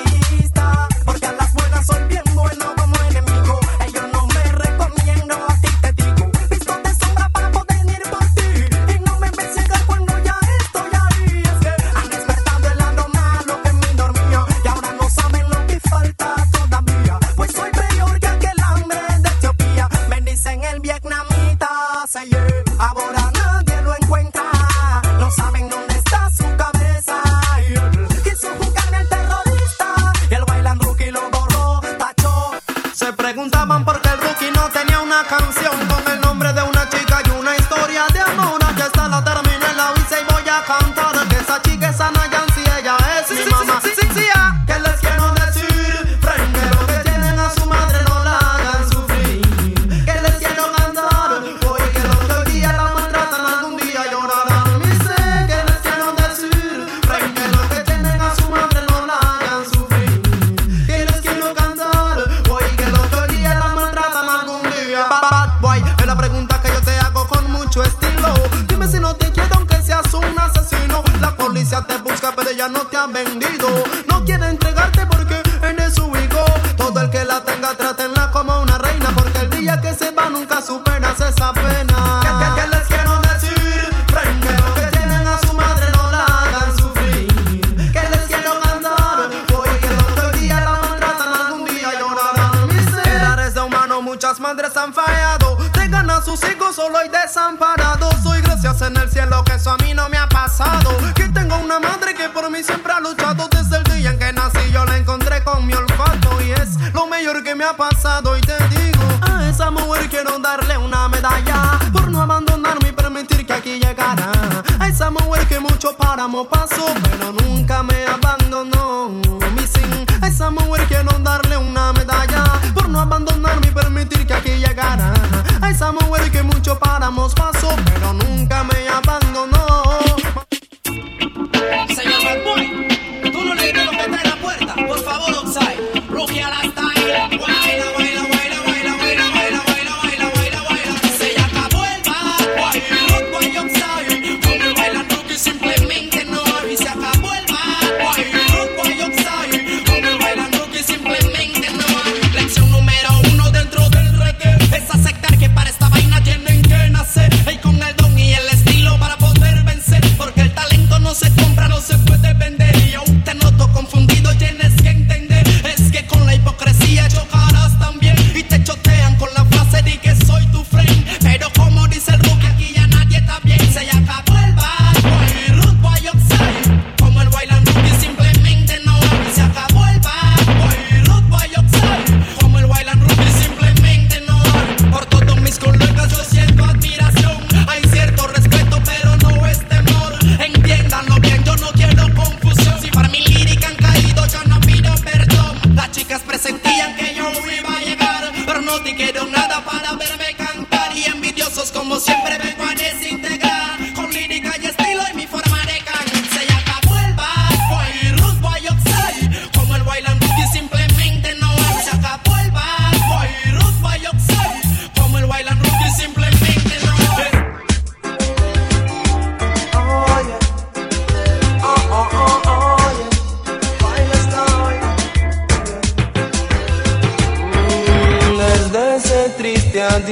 lista. Porque a las buenas soy bien bueno como enemigo. Ellos no me recomiendo, a ti te digo. Visto de sombra para poder ir por ti y no me ves llegar cuando ya estoy ahí. Es que han despertado el lado malo que me dormía y ahora no saben lo que falta todavía. Pues soy peor que aquel hambre de Etiopía. Me dicen el vietnamita, say yeah. Ahora nadie lo encuentra. No saben dónde está su cabeza. Y él quiso juzgarme al terrorista y el bailan rookie lo borró, tachó. Se preguntaban por qué el rookie no tenía una canción con el nombre de una chica y una historia de amor. Aquí está, la terminé, la hice y voy a cantar. Que esa chica, esa Nayansi, ella es mi mamá. ¿Qué les quiero decir? Friend, que lo que tienen a su madre no la hagan sufrir. Que les quiero cantar, hoy que los que hoy día la maltratan algún día llorarán. Y sé que les quiero decir, friend, que lo que tienen a su madre no la hagan sufrir. Que les quiero cantar, hoy que los que hoy día la maltratan algún día. Bad boy, es la pregunta que yo te hago con mucho estilo. Dime si no te quiero aunque seas un asesino. La policía te busca pero ella no te ha vendido. No quiere entregarte porque eres su hijo. Todo el que la tenga trátenla como una reina, porque el día que se va nunca superas esa pena. ¿Qué les quiero decir? Friend, que lo que tienen a su madre no la hagan sufrir. Que les quiero cantar, hoy que los que hoy día la maltratan algún día llorarán. Miseras de humano, muchas madres han fallado. Dejan a sus hijos solo y desamparados. Doy gracias en el cielo que eso a mí no me ha pasado. Que tengo una madre que por mí siempre ha luchado. Desde el día en que nací yo la encontré con mi olfato y es lo mejor que me ha pasado. Y te digo, a esa mujer quiero darle una medalla por no abandonarme y permitir que aquí llegara. A esa mujer que mucho páramo pasó pero nunca me abandonó. Missing. A esa mujer quiero darle una medalla por no abandonarme y permitir que aquí llegara. A esa mujer que mucho páramos pasó pero nunca me abandonó. Señor Bad Boy, tú no le dices lo que trae la puerta. Por favor, outside. Rookie a la style. Baila, baila, baila, baila, baila, baila, baila, baila, baila, baila. Se ya acabó el Bad Boy. Rock Boy outside. Con el baila rookie simplemente no. Y se acabó el Bad Boy. Rock Boy outside. Con el baila rookie simplemente no. Lección número 1 dentro del reggae es aceptar que para esta vaina tienen que nacer. Y con el don y el estilo para poder vencer. Porque el talento no se compra.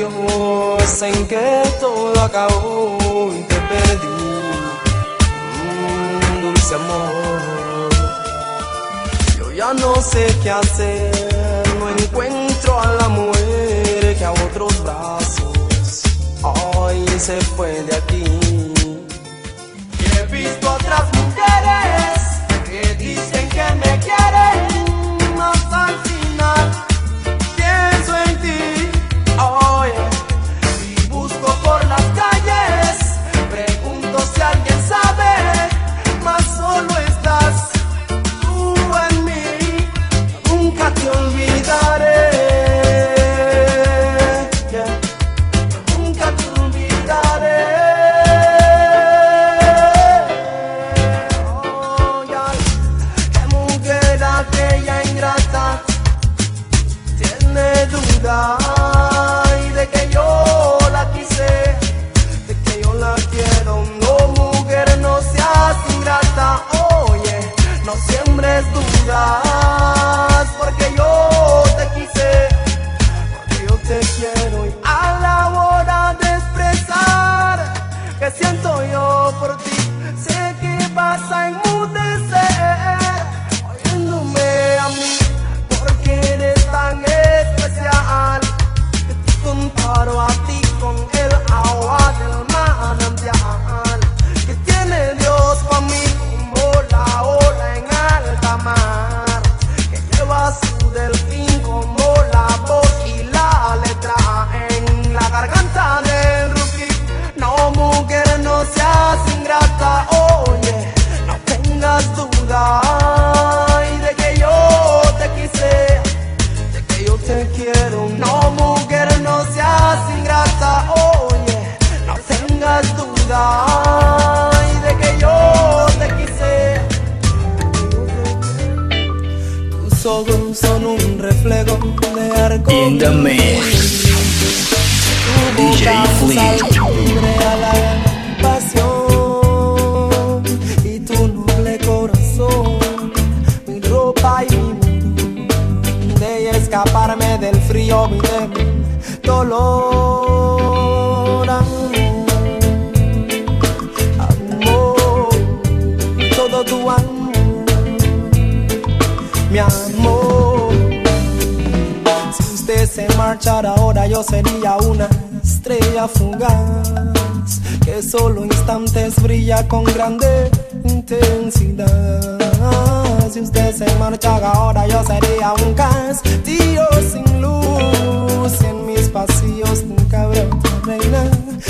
Dios en que todo acabó y te perdí, dulce amor. Yo ya no sé qué hacer, no encuentro a la mujer que a otros brazos hoy se fue de aquí. Y he visto otras mujeres que dicen que me quieren, más al final pienso en ti. Y busco por las calles, pregunto si alguien sabe, mas solo estás tú en mí, nunca te olvidaré, yeah. Nunca te olvidaré. Oh, yeah. Qué mujer aquella ingrata, tiene duda de que yo la quise, de que yo la quiero. No, mujer, no seas ingrata. Oye, no siembres dudas, porque yo te quise, porque yo te quiero. Y a la hora de expresar que siento yo por ti, sé que vas a enmudecer oyéndome a mí, porque eres tan especial. Comparo a ti con el agua del manantial que tiene Dios para mí, como la ola en alta mar, que lleva su delfín como la voz y la letra en la garganta del rookie. No, mujer, no seas ingrata, oye, no tengas duda de que yo te quise, de que yo te quiero. No, mujer, no seas ingrata, oye, no tengas duda de que yo te quise. Tus ojos son un reflejo de arco In the mix, DJ Flea. A la pasión y tu noble corazón, mi ropa y mi mundo, de escaparme del frío y del dolor. Amor, todo tu amor, mi amor. Si usted se marchara ahora, yo sería una estrella fugaz que solo instantes brilla con grande intensidad. Si usted se marchara ahora, yo sería un castillo sin luz, y en mis pasillos nunca habrá otra reina.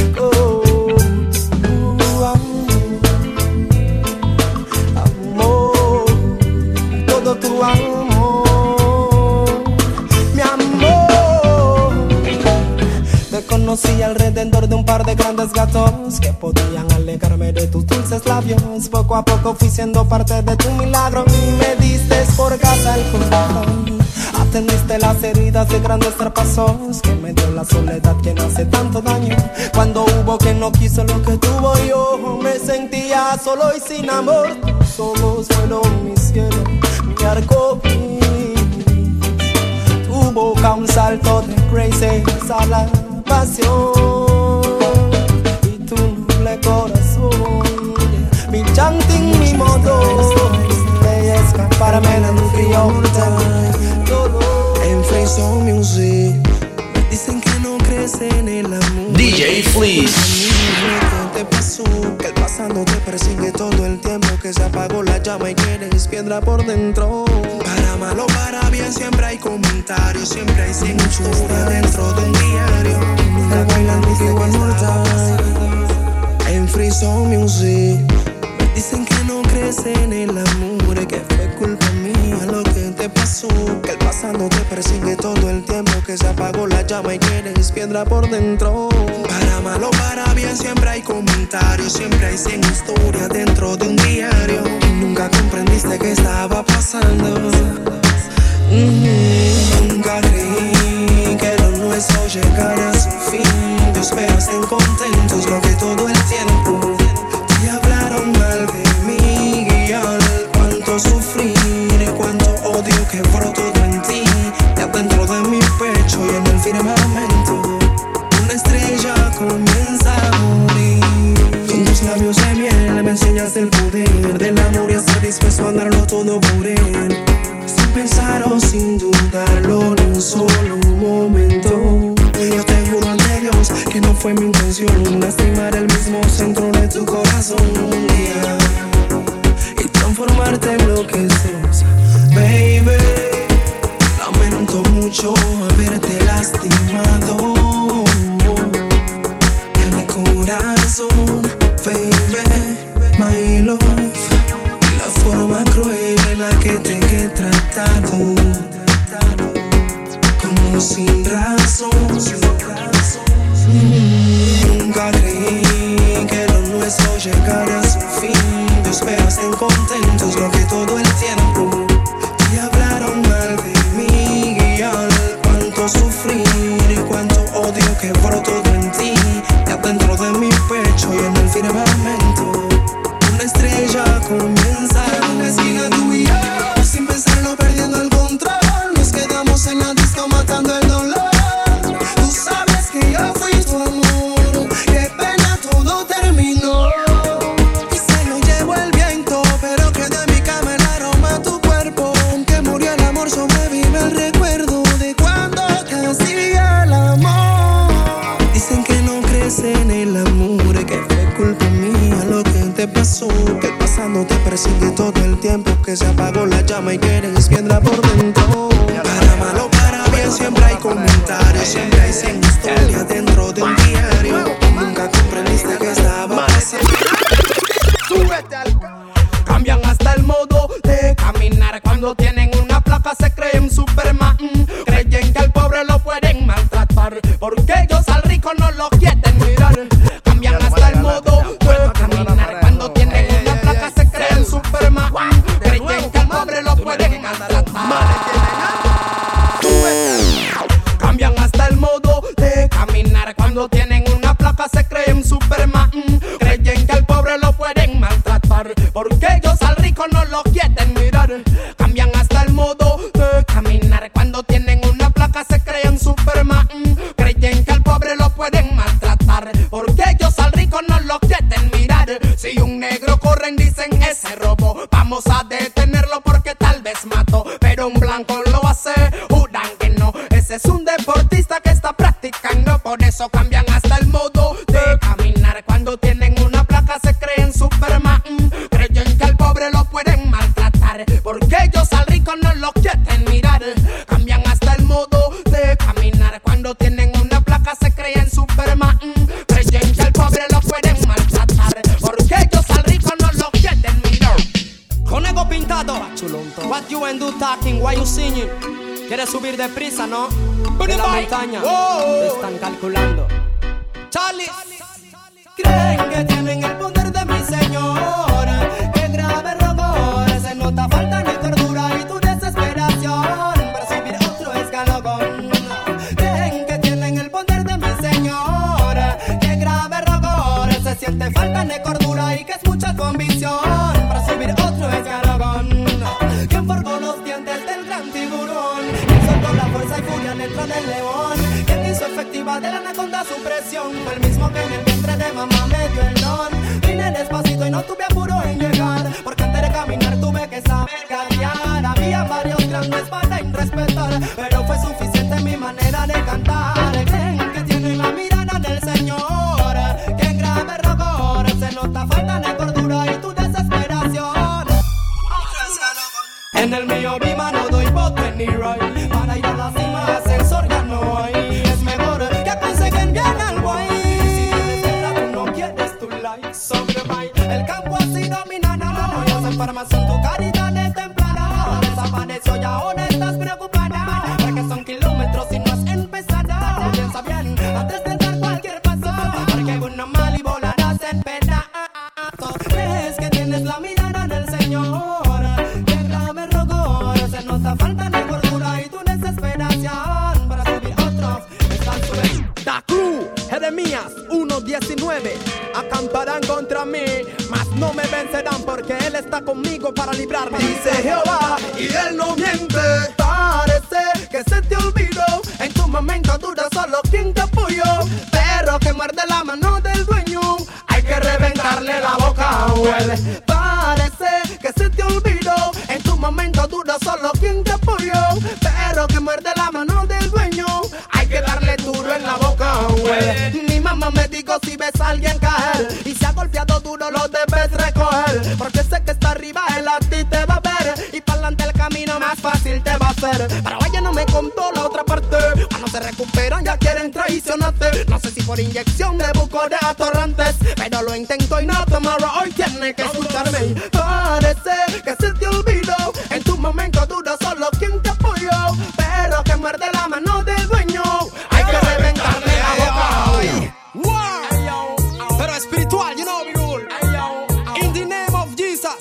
Amor, todo tu amor, mi amor. Te conocí alrededor de un par de grandes gatos que podían alejarme de tus dulces labios. Poco a poco fui siendo parte de tu milagro y me diste por casa el corazón. Atendiste las heridas de grandes trapazos que me dio la soledad que no hace tanto daño. Cuando hubo quien no quiso lo que tuvo yo, me sentía solo y sin amor. Tus ojos fueron mi cielo, mi arco iris. Tu boca un salto de crazy a la pasión y tu noble corazón, mi chanting, mi modo de escaparme del frío. En Freeson Music dicen que no crece en el amor. DJ Flea. ¿Qué te pasó? Que el pasado te persigue todo el tiempo, que se apagó la llama y quieres piedra por dentro. Para mal o para bien siempre hay comentarios, siempre hay censura dentro de un diario. Nunca bailan ni que igual en Freeson Music dicen que no crece en el amor, que fue culpa mía lo que te pasó, que el pasado te persigue todo el tiempo, que se apagó la llama y quieres piedra por dentro. Para mal o para bien siempre hay comentarios, siempre hay 100 historias dentro de un diario. Nunca comprendiste qué estaba pasando. Nunca creí que lo nuestro llegara a su fin. Yo espero estén contentos lo que todo el tiempo te hablaron mal de mí, guiar cuánto sufrir, cuánto odio que brotó en ti, ya dentro de mi pecho y en el firmamento. labios de miel me enseñaste el poder del amor y estar dispuesto a darlo todo por él. Sin pensar o sin dudarlo ni un solo momento. Yo te juro ante Dios que no fue mi intención lastimar el mismo centro de tu corazón un día y transformarte en lo que sos, baby. Lamento mucho haberte lastimado en mi corazón, baby, my love. La forma cruel en la que te he tratado, como sin razón. Nunca creí que lo nuestro llegara a su fin. Yo espero estén contentos lo que todo el tiempo te hablaron mal de mí y al cuánto sufrir y cuánto odio que brotó todo en ti. Ya dentro de mi pecho y en el firmamento una estrella comienza a decir tú y yo. Sin pensarlo, perdiendo el control, nos quedamos en la disco matando el dolor. Tú sabes que yo fui tu amor, qué pena todo terminó. Y se lo llevó el viento, pero queda en mi cama el aroma de tu cuerpo. Aunque murió el amor, sobrevive el recuerdo de cuando te hacía el amor. Dicen que no crees en el amor, que fue culpa mía lo que te pasó, que el pasado te persigue todo el tiempo, que se apagó la llama y que eres piedra por dentro. Para mal o para bien siempre hay comentarios, siempre hay 100 historias dentro de un diario. Nunca comprendiste que estaba pasando. Cambian hasta el modo de caminar. Cuando tienen una placa se creen Superman. Creen que al pobre lo pueden maltratar, porque ellos al rico no lo quieren mirar. Cambian hasta el modo de caminar. Cuando tienen una placa se creen Superman. Creen que al pobre lo pueden maltratar. Cambian hasta el modo de caminar. Cuando tienen una placa se creen Superman. Creen que al pobre lo pueden maltratar, porque ellos al rico no lo quieren mirar. Cambian hasta el modo de caminar. Cuando tienen una placa se creen Superman. Creen que al pobre lo pueden maltratar, porque ellos al rico no lo quieren mirar. Si un negro corren dicen ese robo, vamos a detenerlo porque tal vez mató. Pero un blanco lo hace, juran que no. Ese es un deportista que está practicando. Por eso cambian hasta el modo de caminar. Cuando tienen una placa se creen Superman. Creen que al pobre lo pueden maltratar, porque ellos al rico no lo quieren mirar. Cambian hasta el modo de caminar. Cuando tienen una placa se creen Superman. Creen que al pobre lo pueden maltratar, porque ellos al rico no lo quieren mirar. Con ego pintado, what you and do talking, why you singing? ¿Quieres subir deprisa, no? De la montaña, te están calculando. Charlie, creen que tienen el poder de mi señora. Qué grave robo, se nota falta de cordura y tu desesperación para subir otro escalón. Creen que tienen el poder de mi señora. Qué grave robo, se siente falta de cordura y que es mucha convicción para subir otro escalón. ¿Quién forjó los dientes del gran tiburón? ¿Quién soltó la fuerza y furia dentro del león? ¿Quién hizo efectiva de la anaconda su presión? Fue el mismo que en el vientre de mamá me dio el don. Vine despacito y no tuve apuro en llegar, porque antes de caminar tuve que saber gatear. Había varios grandes para irrespetar, pero fue suficiente mi manera de cantar. Creen que tienen la mirada del Señor. Qué grave rogor, se nota falta de cordura y tu desesperación. En el mío viva no doy bote ni ray, para ir a la cima ascensor ya no hay. Es mejor que aconsejen bien al guay. Si tienes guerra tú no quieres tu like. Sobrevive, el campo así dominado. Los enfermas son tu caridad de templada. Desapareció y ahora estás preocupada, porque son kilómetros y no has empezado. Piensa bien antes de dar cualquier paso, porque uno mal y volarás en pedazos. ¿Crees que tienes la mirada del Señor? Se nota falta de cordura y tu desesperación para subir otros están subiendo. Da Cruz, Jeremías 1:19. Acamparán contra mí, mas no me vencerán, porque Él está conmigo para librarme. Dice Jehová y Él no miente. Parece que se te olvidó, en tu momento dura solo quien te apoyó. Perro que muerde la mano del dueño, hay que reventarle la boca. well. Parece que se te olvidó en tu momento duro solo quien te apoyó, pero que muerde la mano del dueño. Hay que darle duro en la boca, well. Mi mamá me dijo si ves a alguien caer y se ha golpeado duro lo debes recoger, porque sé que está arriba él a ti te va a ver y para adelante el camino más fácil te va a hacer. Pero ella no me contó la otra parte, cuando se recuperan ya quieren traicionarte. No sé si por inyección de buco de atorrantes, pero lo intento y no tomorrow. Hoy tiene que escucharme. Parece que se te olvidó en tu momento duro solo quien te apoyó, pero que muerde la mano del dueño. Hay que reventarle la boca. Wow. Pero espiritual, you know we rule. In the name of Jesus.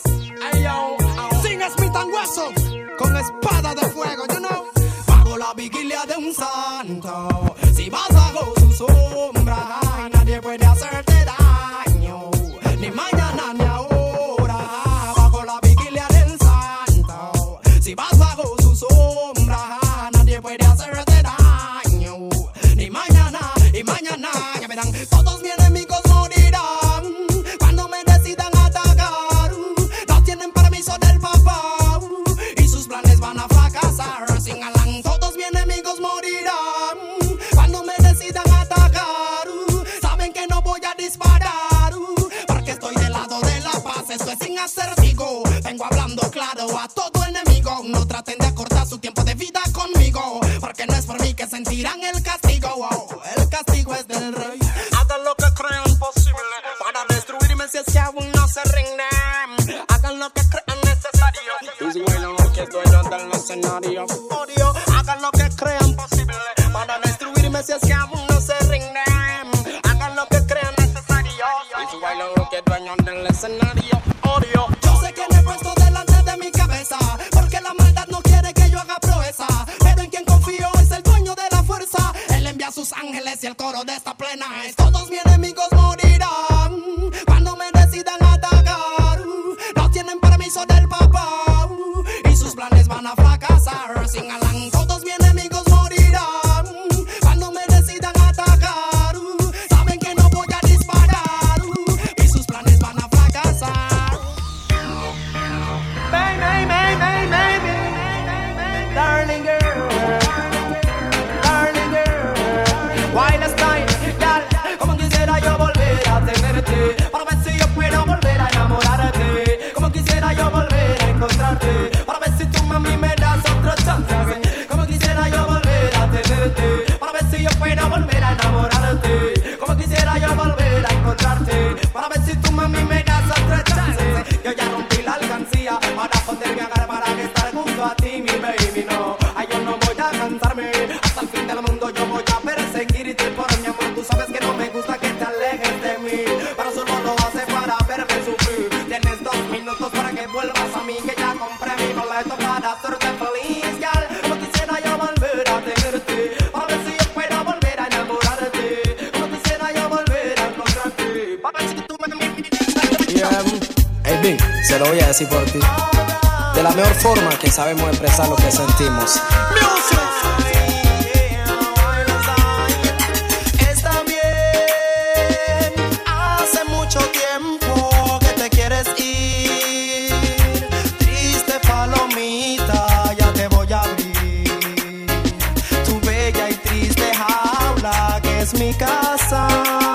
Sing Smith and Wesson con espada de fuego, you know. Bajo la vigilia de un santo, si vas bajo su sombra, nadie puede hacerte daño, ni mañana ni ahora. Bajo la vigilia del santo, si vas bajo su sombra, nadie puede hacerte daño, ni mañana, y mañana. Ya verán, todos mis enemigos morirán cuando me decidan atacar. No tienen permiso del papá y sus planes van a fracasar. Sin Alan, todos mis enemigos morirán cuando me decidan atacar. Saben que no voy a disparar porque estoy del lado de la paz. Esto es sin acertijo, vengo hablando claro a todo enemigo. No traten de acortar su tiempo de vida conmigo, porque no es por mí que sentirán el castigo. El castigo es del rey. Hagan lo que crean posible para destruirme si es que aún no se rinden. Hagan lo que crean necesario. Easy Waylon, que es dueño del escenario. Odio, hagan lo que crean posible para destruirme si es que aún no se rinden. Hagan lo que crean necesario. Easy Waylon, que es dueño del escenario. Odio. Yo sé que me he puesto delante de mi cabeza, porque la maldad no quiere que yo haga proeza, pero en quien confío es el dueño de la fuerza. Él envía a sus ángeles y el coro de esta plena es: todos mis enemigos morirán cuando me decidan atacar. No tienen permiso del papá y sus planes van a fracasar. Sin Alan, todos mis enemigos morirán cuando me decidan atacar. Saben que no voy a disparar y sus planes van a fracasar. Baby, darling girl, while it's time, girl, como quisiera yo volver a tenerte, para ver si yo puedo volver a enamorarte. Como quisiera yo volver a encontrarte, para ver si tú, mami, me das otra chance. Como quisiera yo volver a tenerte, para ver si yo puedo volver a enamorarte. Como quisiera yo volver a encontrarte, para ver si tú, mami, me das otra chance. Yo ya rompí la alcancía para poder viajar, para estar junto a ti, mi baby, no. Ay, yo no voy a cansarme, hasta el fin del mundo yo voy a perseguirte por mi amor. Tú sabes que no me gusta que te alejes de mí, pero solo lo haces para verme sufrir. Tienes 2 minutos para que vuelvas a mí, que ya compré mi boleto para hacerte feliz, girl. Como quisiera yo volver a tenerte, para ver si yo puedo volver a enamorarte. Como quisiera yo volver a encontrarte, para ver si tú me... Hey, Bing, se lo voy a decir por ti, de la mejor forma que sabemos expresar lo que sentimos. Está bien, hace mucho tiempo que te quieres ir. Triste palomita, ya te voy a abrir tu bella y triste jaula que es mi casa.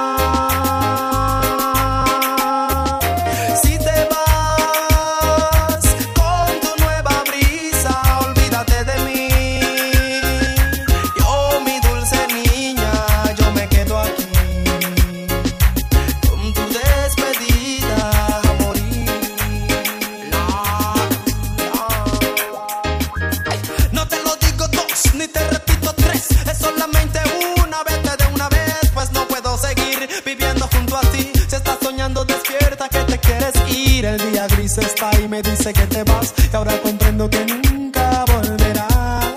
El día gris está y me dice que te vas, y ahora comprendo que nunca volverás.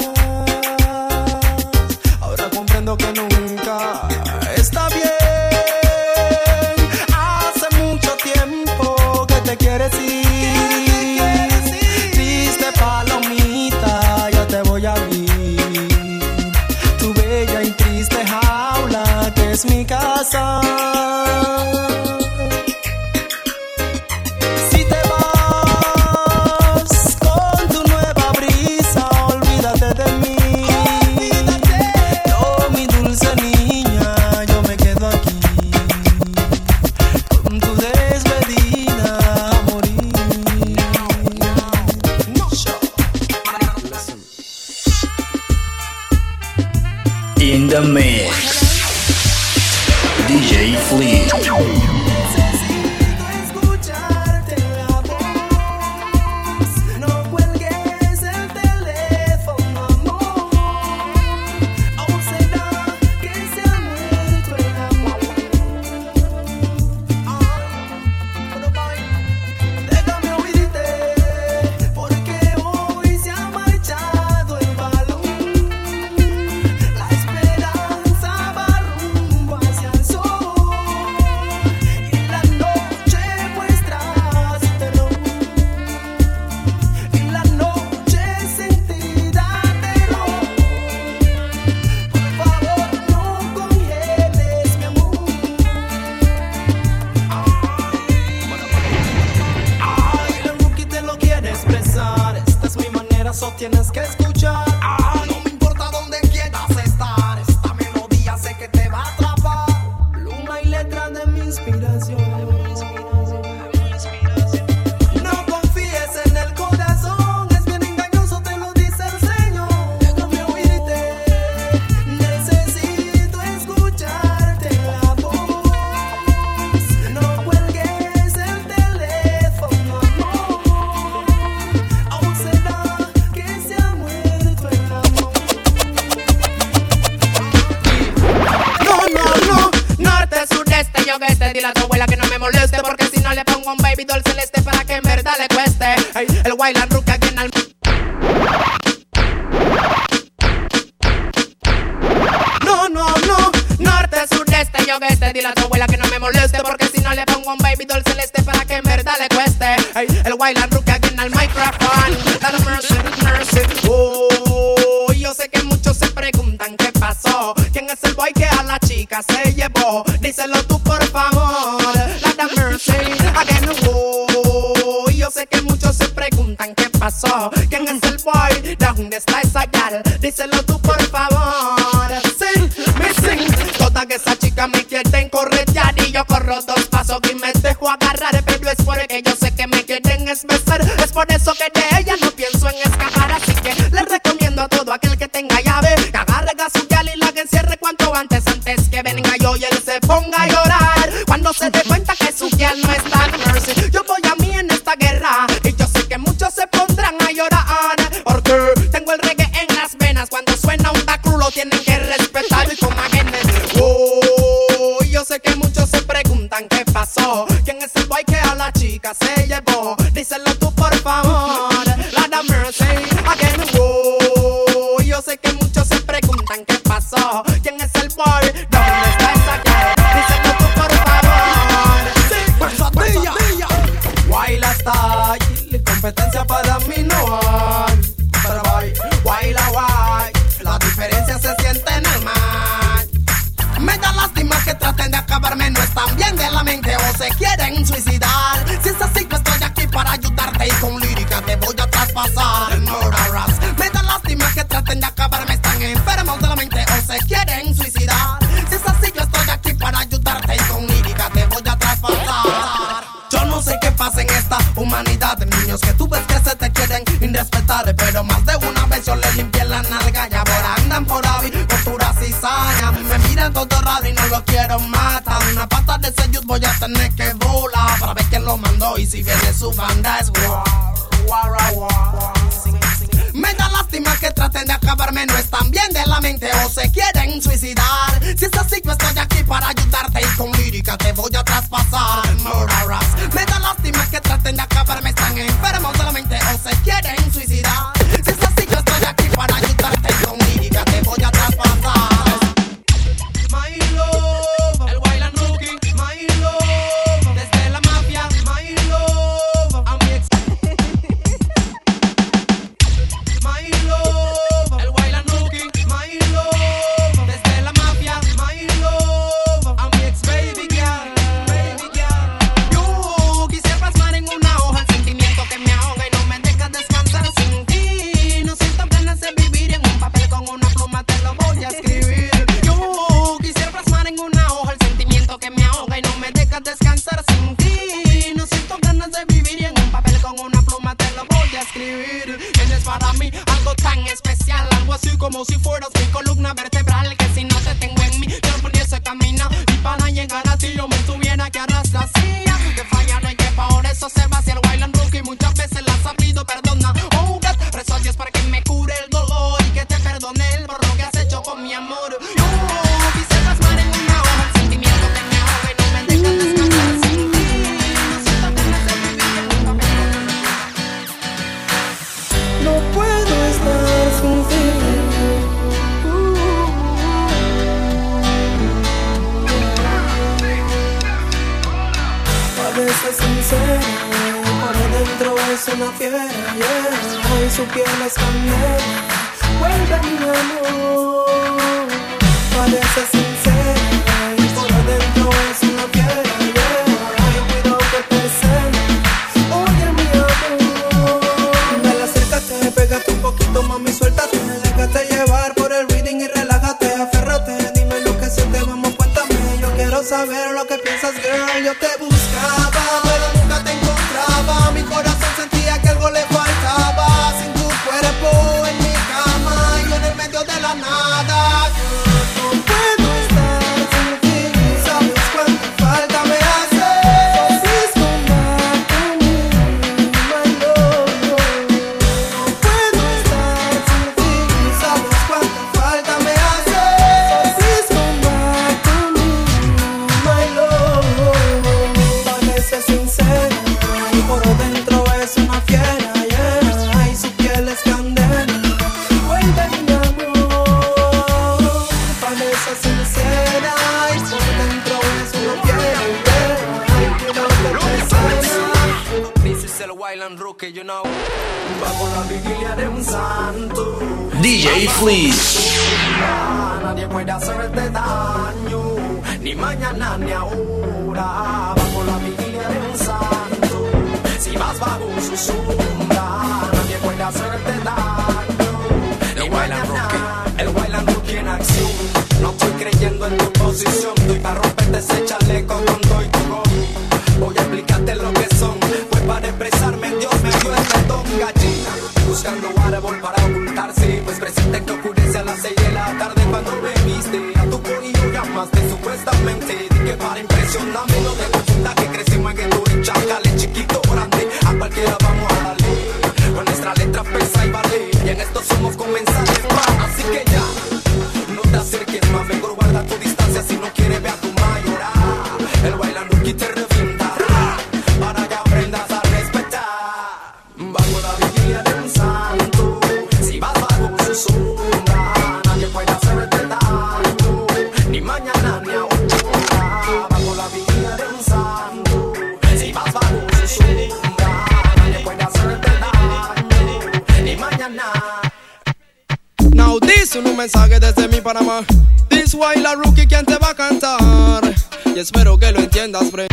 Ahora comprendo que nunca. Está bien, hace mucho tiempo que te quieres ir. Triste palomita, ya te voy a abrir tu bella y triste jaula que es mi casa. the mix. DJ Flea. Tienes que escuchar. No me importa dónde quieras estar. Esta melodía sé que te va a atrapar. Pluma y letra de mi inspiración. No confíes en el corazón, es bien engañoso, te lo dice el Señor. Déjame oírte, necesito escucharte la voz. No cuelgues el teléfono, amor. Aún será que se ha muerto el amor. No, norte, sureste y oeste. Dile a tu abuela que no me moleste, porque si no le pongo un baby doll celeste para que en verdad le cueste. Hey, el Wayland Rookie aquí en el... No, norte, sureste y oeste. Dile a tu abuela que no me moleste, porque si no le pongo un baby doll celeste para que en verdad le cueste. Hey, el Wayland Rookie aquí en el micrófono. Dale mercy, mercy. Oh, yo sé que muchos se preguntan qué pasó. ¿Quién es el boy que a la chica se llevó? Díselo tú por favor. Dale mercy again. Oh, yo sé que muchos se preguntan qué pasó. ¿Quién es el boy? ¿Dónde está esa gal? Díselo tú por favor. Sí, missing. Todas esas chicas me quieren corretear y yo corro dos pasos y me dejo agarrar, pero es porque yo sé que me quieren besar. Es por eso que de ella no pienso en escapar, así que les recomiendo a todo aquel que tenga llave que agarre a su gal y la que encierre cuanto antes que venga yo y él se ponga a llorar. Cuando se dé cuenta que su gal no está en mercy, yo voy a mí en esta guerra y yo sé que muchos se pondrán a llorar, porque tengo el reggae en las venas. Cuando suena un tacru lo tienen que respetar y como agentes. Oh, yo sé que muchos se preguntan qué pasó. ¿Quién es el boy que a la chica se llevó? Díselo tú por favor. Lord mercy again. Oh, yo sé que muchos se preguntan qué pasó. ¿Quién es el boy? ¿Dónde está esa gal? Díselo tú por favor. Sí, pesadilla. Guayla está ahí, competencia para mí no hay. Pero guayla guay, la diferencia se siente en el mar. Me da lástima que traten de acabarme, no están bien de la mente o se quieren suicidar. Si es así, yo estoy aquí para ayudarte y con lírica te voy a traspasar el murderous. Me da lástima que traten de acabarme, están enfermos de la mente o se quieren suicidar. Si es así, yo estoy aquí para ayudarte y con lírica te voy a traspasar. Yo no sé qué pasa en esta humanidad de niños que tú ves que se te quieren irrespetar, pero más de una vez yo les limpié la nalga y ahora andan por ahí con cizaña. Me miran todo raro y no lo quiero matar. Una pata de ese youth voy a tener que volar para ver quién lo mandó y si viene su banda es war. Me da lástima que traten de acabarme, no están bien de la mente o se quieren suicidar. Si es así, yo estoy aquí para ayudarte y con lírica te voy a traspasar el murderous. Me da lástima que traten de acabarme, están enfermos de la mente o se quieren suicidar. Si es así, yo estoy aquí para ayudarte y con lírica te voy a traspasar. My love, el Wayland Rookie. My love, desde la mafia. My love, a mi ex. My love, el Wayland Rookie. My love, desde la mafia. My love, a mi ex baby girl. Yo quisiera plasmar en una hoja el sentimiento que me ahoga y no me deja descansar sin ti. No siento ganas de vivir en un papel con una pluma, te lo voy a escribir. Yo quisiera plasmar en una hoja el sentimiento que me ahoga y no me deja descansar sin ti. No siento ganas de vivir en un papel con una pluma, te lo voy a escribir. Eres para mí algo tan especial, algo así como si fueras mi columna vertebral, que si no te por dentro es una fiera, yeah. Y su piel es candela. Vuelve mi amor, parece sincera. Y por dentro es una fiera, yeah. Ay, cuidado que te cena. Oye mi amor, dale, acércate, pégate un poquito, mami, suéltate. Déjate llevar por el reading y relájate, aférrate. Dime lo que sientes, vamos, cuéntame. Yo quiero saber lo que piensas, girl. Yo te buscaba, pero nunca te encontraba. Mi corazón sentía que algo le faltaba. Sin tu cuerpo en mi cama, yo en el medio de la nada. No puedo estar sin ti, sabes cuánta falta me hace. Please come back to me, my love. No puedo estar sin ti, sabes cuánta falta me hace. Please come back to me, my love. Parece sincera y por dentro es una fiera, yeah. Y su piel es candela. Vuelve mi amor, parece sincera y por dentro es una fiera, yeah. Y cuidado que te cena. This is el Wayland Rookie, you know. Bajo la vigilia de un santo, DJ Fleece. nadie puede hacerte daño, ni mañana ni ahora. Bajo la vigilia de un santo, si vas bajo su sombra, nadie puede hacerte daño, ni mañana. El Wayland Rookie en acción. No estoy creyendo en tu posición, estoy para romperte ese chaleco con todo y tu gol. Voy a explicarte lo que son, pues para expresarme Dios me dio el perdón, gallina. Buscando árbol para ocultarse, pues presente que oscurece a las 6 de la tarde cuando me viste. A tu corillo llamaste supuestamente, di que para impresionarme no te confunda que crecimos en Gueto y Chacale, chiquito grande, a cualquiera vamos a darle. Con nuestra letra pesa y vale, y en esto somos comensales más. Así que ya, no te acerques más, mejor guarda tu distancia si no quieres ver a tu mayoría. El Wayland Rookie te revientará, para que aprendas a respetar. Bajo la vigilia de un santo, si vas bajo su sombra, nadie puede hacerte daño, ni mañana ni ahora. Bajo la vigilia de un santo, si vas bajo su sombra, nadie puede hacerte daño, ni mañana. Now this un mensaje desde mi Panamá. This Wayland Rookie quien te va a cantar. Y espero que lo entiendas, bre.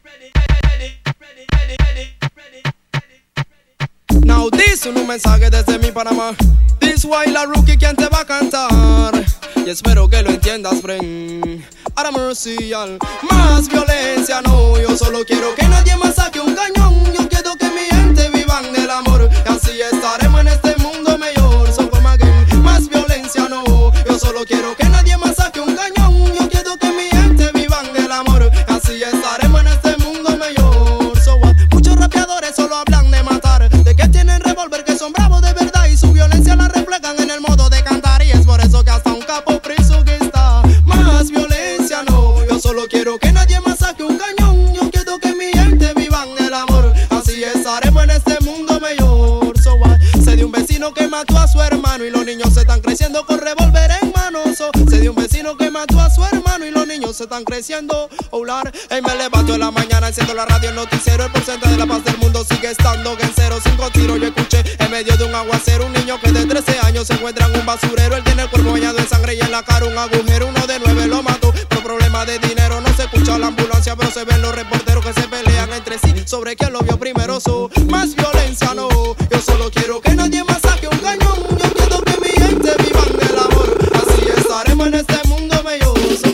Now this un mensaje desde mi Panamá. This Wayland Rookie quien te va a cantar. Y espero que lo entiendas, bre. Ahora mercial, más violencia no. Yo solo quiero que nadie más saque un cañón. Yo quiero que mi gente vivan el amor. Y así estaremos en este mundo mejor. So come again, más violencia no. Yo solo quiero que nadie más saque un cañón. Yo quiero que mi gente vivan el amor. Así estaremos en este mundo mejor. So what? Muchos rapeadores solo hablan de matar, de que tienen revólver, que son bravos de verdad y su violencia la reflejan en el modo de cantar. Y es por eso que hasta un capo preso que está. Más violencia no. Yo solo quiero que nadie más saque un cañón. Yo quiero que mi gente vivan el amor. Así estaremos en este mundo mejor. So what? Sé de un vecino que mató a su hermano y los niños se están creciendo con revólver en mano. So, sé de un vecino que mató a su hermano y los niños se están creciendo. Olar, y me levanto en la mañana, enciendo la radio, el noticiero, el porcentaje de la paz del mundo sigue estando en 0. 5 tiros yo escuché en medio de un aguacero. Un niño que de 13 años se encuentra en un basurero. Él tiene el cuerpo bañado en sangre y en la cara un agujero. Uno de 9 lo mató por problema de dinero. No se escucha la ambulancia, pero se ven los reporteros que se pelean entre sí sobre quién lo vio primero. So, más violencia no. Yo solo quiero que nadie más saque un cañón. Yo quiero que mi gente vivan el amor. Así estaremos en este mundo mejor. So,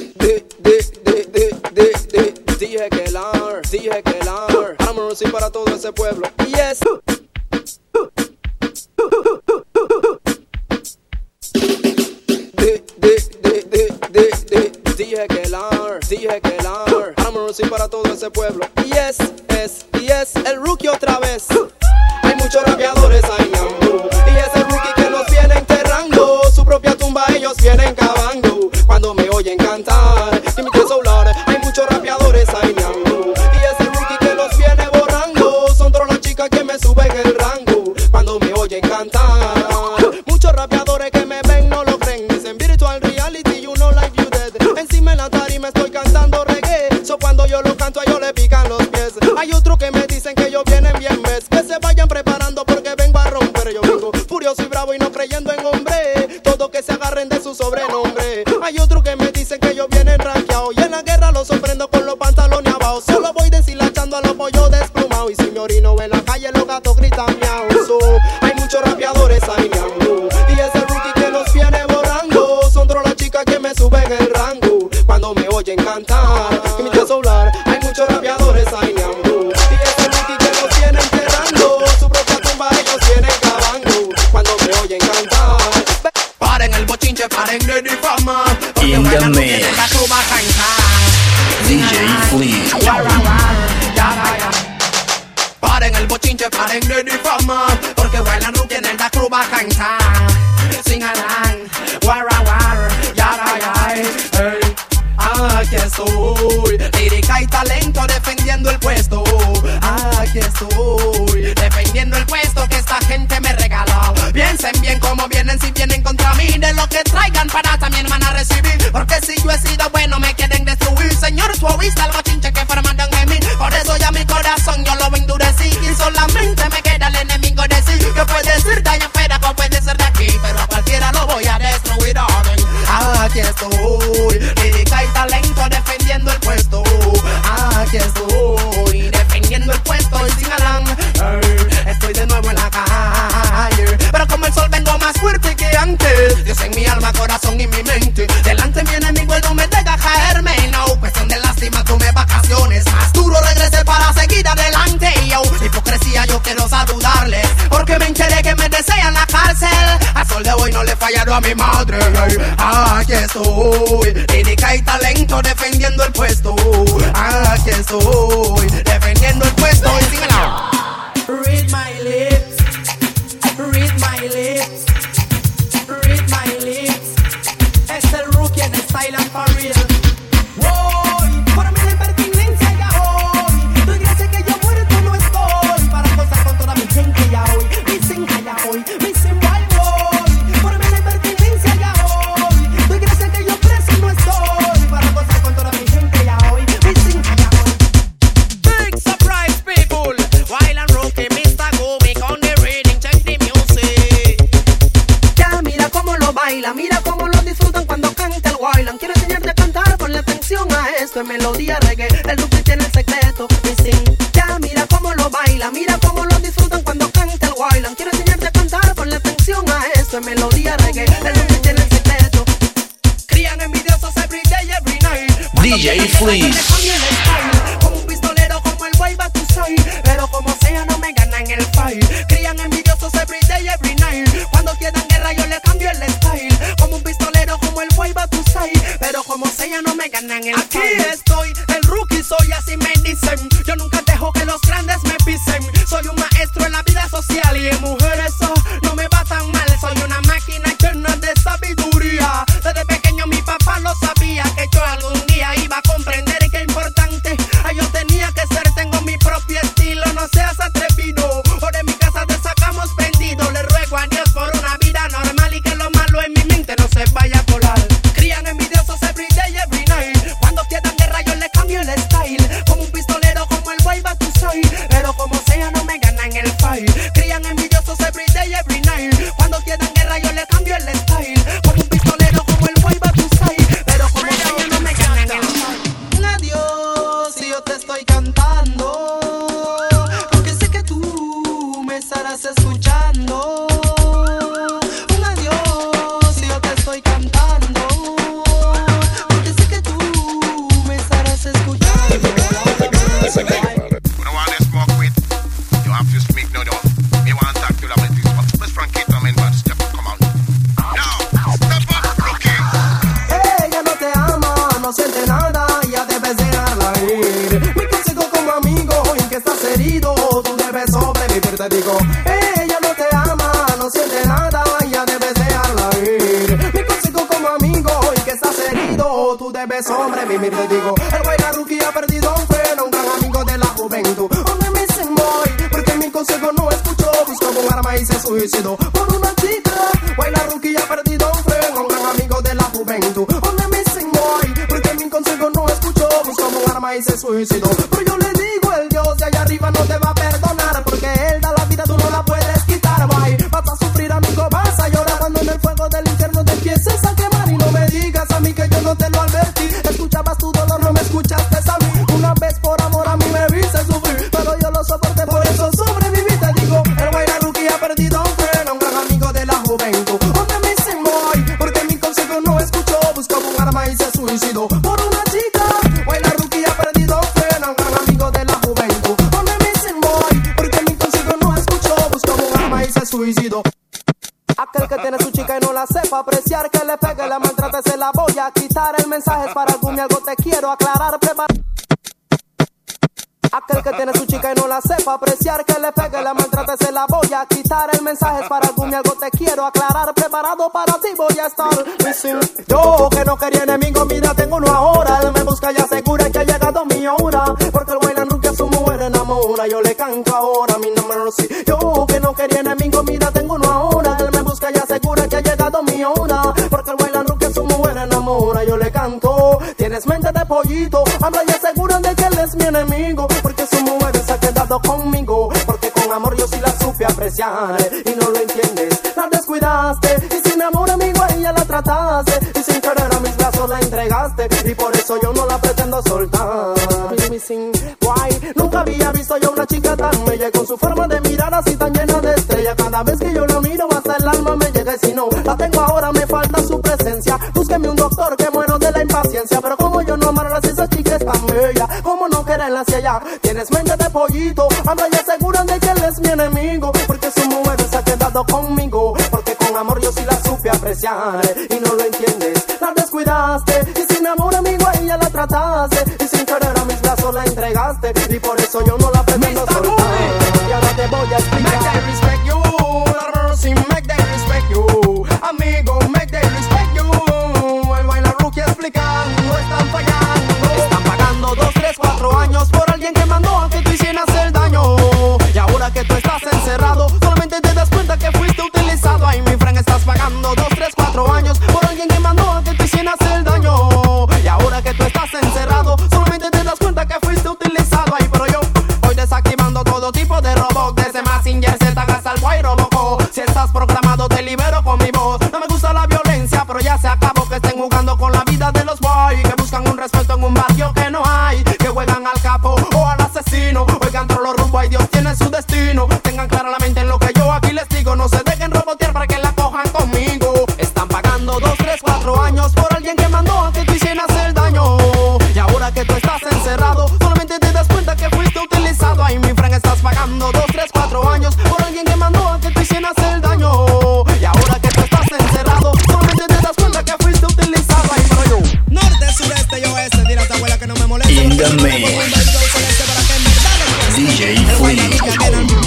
dije que el amor. Amor sí para todo ese pueblo. Yes. Dije que el amor sí para todo ese pueblo. Yes, el Rookie otra vez. Hay muchos rapeadores ahí, y es el Rookie que los viene enterrando. Su propia tumba ellos vienen cavando cuando me oyen cantar. Y mi solar, hay muchos rapeadores ahí, y es el Rookie que los viene borrando. Son todas las chicas que me suben el rango cuando me oyen cantar. Muchos rapeadores que me ven no lo creen. Dicen virtual reality, you know like you dead. Encima en la tarima estoy cantando reggae. So cuando yo lo canto a ellos le pican los pies. Hay otro que me dice dicen que ellos vienen bien mes, que se vayan preparando porque vengo a romper. Yo vengo furioso y bravo y no creyendo en hombre, todo que se agarren de su sobrenombre. Hay otros que me dicen que ellos vienen rankeados y en la guerra los sorprendo con los pantalones abajo. Solo voy deshilachando a los pollos desplumados y si me orino en la calle los gatos gritan miau. Hay muchos rapeadores ahí miau y ese rookie que los viene borrando. Son todas las chicas que me suben el rango cuando me oyen cantar y me quiero hablar. Hay muchos rapeadores ahí miau y ese rookie que los viene enterrando. Su propia tumba ellos vienen cavando cuando me oyen cantar. Paren el bochinche, paren de difamar. In the mix, DJ Flea. Paren el bochinche, paren de difamar, porque bailan Rookie en la crew va a cantar. Sing along, war, hey. Aquí estoy, lírica y talento defendiendo el puesto. Aquí estoy, defendiendo el puesto que esta gente me regaló. Piensen bien cómo vienen, si vienen contra mí, de lo que traigan para también van a recibir. Porque si yo he sido bueno me quieren destruir. Señor, tú oíste el bochinche que formaron en mí. Por eso ya mi corazón yo lo endurecí. Y solamente me queda el enemigo decir que puede ser de allá afuera o puede ser de aquí, pero a cualquiera lo voy a destruir. Aquí estoy, lírica y talento defendiendo el puesto. Aquí estoy, defendiendo el puesto y sin alán. Estoy de nuevo en la calle, pero como el sol vengo más fuerte que antes. Dios en mi alma, corazón y mi mente. Delante mi enemigo, él no me deja caerme. No, cuestión de lástima, tomé vacaciones. Más duro regresé para seguir adelante. Yo, hipocresía, yo quiero saludarles, porque me enteré que me desean la cárcel. A sol de hoy no le fallaron a mi madre. Aquí estoy, lírica y talento defendiendo el puesto. Aquí estoy, defendiendo el puesto y síguela. Read my lips, read my lips, read my lips. Es el Rookie en style and for real. Voy, por mí la impertinencia ya hoy. Doy gracias que yo muerto no estoy para gozar con toda mi gente ya hoy. Mi singa ya hoy, mi symbol voy. Por mí la impertinencia ya hoy. Doy gracias que yo preso no estoy para gozar con toda mi gente ya hoy. Mi singa ya hoy. Big surprise, people. While I'm Rookie, Mr. Gumi con the reading, check the music. Ya mira cómo lo baila, mira cómo lo disfrutan cuando canta el Wailan. Quiero enseñarte a cantar, ponle atención a esto. En melodía reggae, el Rookie tiene el secreto. Y sing, ya mira cómo lo baila, mira cómo lo disfrutan cuando canta el Wailan. Quiero enseñarte a cantar, ponle atención a esto. En melodía reggae, el Rookie tiene el secreto. Crían envidiosos every day, every night. DJ Flea. Como un pistolero, como el boy Batusai. Pero como sea, no me ganan el fight. Crían envidiosos every day, every night. Cuando quieran guerra, yo le cambio el style. Como un pistolero, como el boy Batusai. Pero como sea, no me ganan el fight. Aquí estoy, el Rookie soy, así me dicen. Yo nunca dejo que los grandes me pisen. Soy un maestro en la vida social y en mujeres no me va tan mal. Soy una máquina llena de sabiduría. Desde pequeño mi papá lo sabía, que yo algún día iba a comprender que importante yo tenía que ser. Tengo mi propio estilo, no seas atrevido. O de mi casa te sacamos prendido. Le ruego a Dios por una vida normal y que lo malo en mi mente no se vaya a colar. Crían envidiosos every day, every night. Cuando quieran guerra yo le cambio el style. Como un pistolero, como el boy Batusai. Pero como sea no me ganan el fight. Crían envidiosos every day, every night. Cuando quieran guerra yo le cambio el style. Como un pistolero, como el boy Batusai. Pero como sea no me ganan el fight. Adiós, si yo te estoy cantando, porque sé que tú me estarás escuchando. Un adiós, si yo te estoy cantando, porque sé que tú me estarás escuchando. No one let's smoke with. You have to speak no. Me want to talk to them like this. Let's Frankie come in, but step up, come on. Now, step up, Rookie. Ella no te ama, no siente nada, ya debes dejarla ir. Mi consejo como amigo, en que estás herido, tú debes sobrevivir, te digo. Ella no te ama, no siente nada, ya debes dejarla ir. Mi consejo como amigo, en que estás herido, tú debes sobrevivir, te digo. El Wailan Rookie ha perdido un friend, un gran amigo de la juventud. Donde me dicen voy, porque mi consejo no escuchó, buscó un arma y se suicidó por una chica. Wailan Rookie ha perdido un friend, un gran amigo de la juventud. Donde me dicen voy, porque mi consejo no escuchó, buscó un arma y se suicidó. Pero yo le digo, el Dios de allá arriba no te va a sepa apreciar, que le pegue, le maltrate, se la voy a quitar. El mensaje es para algún y algo te quiero aclarar. Aquel que tiene su chica y no la sepa apreciar, que le pegue, le maltrate, se la voy a quitar. El mensaje es para algún y algo te quiero aclarar. Preparado para ti voy a estar. Yo que no quería enemigo, mira tengo uno ahora. Él me busca y asegura que ha llegado mi hora. Porque el bailan rubia a su mujer enamora. Yo le canto ahora mi nombre Rosy. Yo que no quería enemigo, mira tengo uno ahora. Él me busca y asegura que ha llegado mi hora. Porque el bailan rubia a su mujer enamora. Yo le canto. Tienes mente de pollito, habla y asegura de que él es mi enemigo. Porque su mujer se ha quedado conmigo. Porque con amor yo sí la supe apreciar. Y no lo entiendes, la descuidaste. Y sin amor amigo ella la trataste. Y sin querer a mis brazos la entregaste. Y por eso yo no la pretendo soltar. Guay, nunca había visto yo una chica tan bella. Con su forma de mirar así tan llena de estrella. Cada vez que yo la miro hasta el alma me llega. Y si no la tengo ahora me falta su presencia. Búsqueme un doctor que muero de la impaciencia. Pero como yo no amarla si esa chica es tan bella, como no quererla hacia allá. Tienes mente de pollito, habla y aseguran de que él es mi enemigo. Porque su mujer se ha quedado conmigo. Porque con amor yo sí la supe apreciar. Y no lo entiendes, la descuidaste. Y sin amor amigo a ella la trataste. Y sin querer a mis brazos la entregaste. Y por eso yo no la pretendo soltar. Y ahora te voy a explicar. Make them respect you, Lord mercy, make them respect you. Amigo, make them respect you. El bailar rookie explicando, están fallando. Están pagando 2, 3, 4 años por alguien que mandó a que tú hicieras el daño. Y ahora que tú estás encerrado, solamente te das cuenta que fuiste utilizado. Ay, mi friend, estás pagando 2, 3, 4 años por alguien que mandó a que tú hicieras el daño. Y ahora que tú estás encerrado, solamente te das cuenta que fuiste utilizado. Ay, pero yo voy desactivando todo tipo de robot. Desde Mazinger Z hasta el Guay Robocop. Si estás programado te libero con mi voz. No me gusta la violencia, pero ya se acabó. Que estén jugando con la vida de los boys. Que buscan un respeto en un barrio que no hay. Que juegan al capo o al asesino. Oigan todos los rumbos y Dios tiene su destino. Tengan clara la mente en lo que yo aquí les digo. No se dejen robotear para que la cojan conmigo. Están pagando 2, 3, 4 años por alguien que mandó a que tú hicieras el daño. Y ahora que tú estás encerrado, solamente te das cuenta que fuiste utilizado. Ay, mi friend, estás pagando 2, 3, 4 años por alguien que mandó a que tú hicieras el daño. Y ahora que tú estás encerrado, solamente te das cuenta que fuiste utilizado. Ay, pero yo Norte, sureste y oeste, dile a tu abuela que no me moleste. In the porque no me mix. pongo un baile celeste para que en verdad le cueste. DJ El Free. bailar rookie again.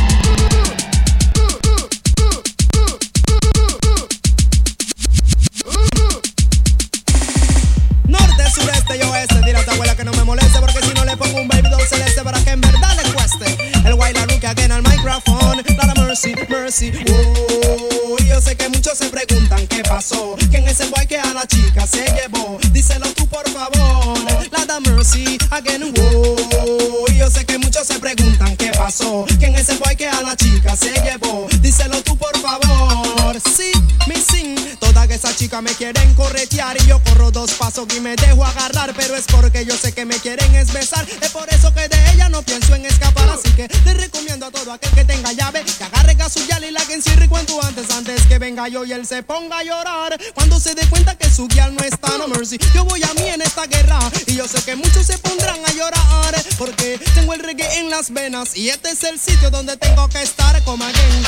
Norte, sureste y oeste, dile a tu abuela que no me moleste porque si no le pongo un baby doll celeste para que en verdad le cueste. El bailar rookie again al micrófono, Lord mercy, mercy. Y yo sé que muchos se preguntan qué pasó. ¿Quién es el boy que a la chica se llevó? Díselo tú por favor. Lord mercy again. Y yo sé que muchos se preguntan qué pasó. ¿Quién es el boy que a la chica se llevó? Díselo tú por favor. Sí, mi sin. Todas esas chicas me quieren corretear y yo corro 2 pasos y me dejo agarrar, pero es porque yo sé que me quieren es besar. Es por eso que de ella no pienso en escapar. Así que les recomiendo a todo aquel que tenga llave que agarre a su yal y la que encierre cuanto antes que venga yo y él se ponga a llorar. Cuando se dé cuenta que su guial no está, no mercy. Yo voy a mí en esta guerra y yo sé que muchos se pondrán a llorar porque tengo el reggae en las venas y este es el sitio donde tengo que estar como again.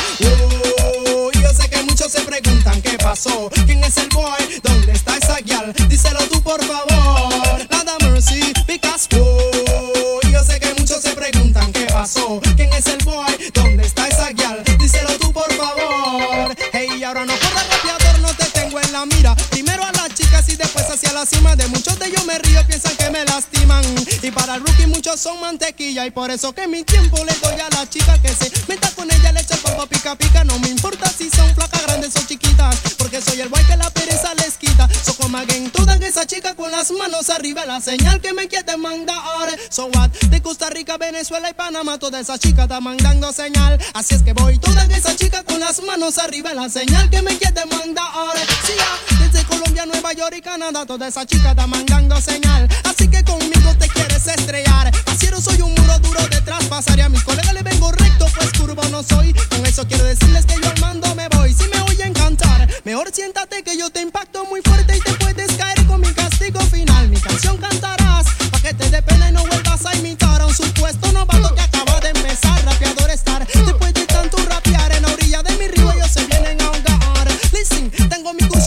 Y yo sé que muchos se preguntan qué pasó. ¿Quién es el boy? ¿Dónde está esa guial? Díselo tú por favor. Nada mercy, because y yo sé que muchos se preguntan qué pasó. ¿Quién es el boy? ¿Dónde está esa guial? Díselo tú por favor. Hey, ahora no corras rapeador, no te tengo en la mira. Primero a las chicas y después hacia la cima. De muchos de ellos me río, piensan que me lastiman. Y para el rookie muchos son mantequilla. Y por eso que mi tiempo le doy a la chica que se meta con ella, le echa el polvo pica pica. No me importa si son flacas, grandes o chiquitas, porque soy el boy que la pereza les quita. So como again, todas esas chicas con las manos arriba, la señal que me quiere mandar. So what? De Costa Rica, Venezuela y Panamá, todas esas chicas están mandando señal. Así es que voy, todas esas chicas con las manos arriba, la señal que me quiere mandar. Sí, desde Colombia, Nueva York y Canadá, todas esas chicas están mandando señal. Así que conmigo te quieres estrellar. Pasiero, soy un muro duro de traspasar y a mis colegas le vengo recto, pues curvo no soy. Con eso quiero decirles que yo al mando me voy. Si me oyen cantar, mejor siéntate que yo te impacto muy fuerte y te puedes caer con mi castigo final. Mi canción cantarás pa' que te dé pena y no vuelvas a imitar a un supuesto novato que acaba de empezar. Rapeador estar, después de tanto rapear en la orilla de mi río ellos se vienen a ahogar. Listen, tengo mi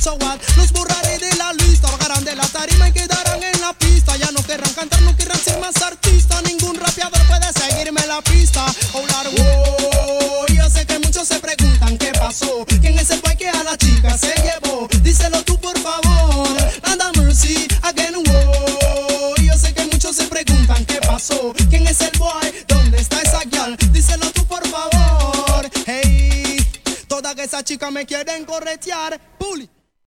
so what. Los borraré de la lista, bajarán de la tarima y quedarán en la pista. Ya no querrán cantar, no querrán ser más artistas. Ningún rapeador puede seguirme la pista. Oh, Lord, oh, yo sé que muchos se preguntan qué pasó. ¿Quién es el boy que a la chica se llevó? Díselo tú por favor. Nada mercy again, oh. Yo sé que muchos se preguntan qué pasó. ¿Quién es el boy? ¿Dónde está esa girl? Díselo tú por favor. Hey, todas esas chicas me quieren corretear. Puli.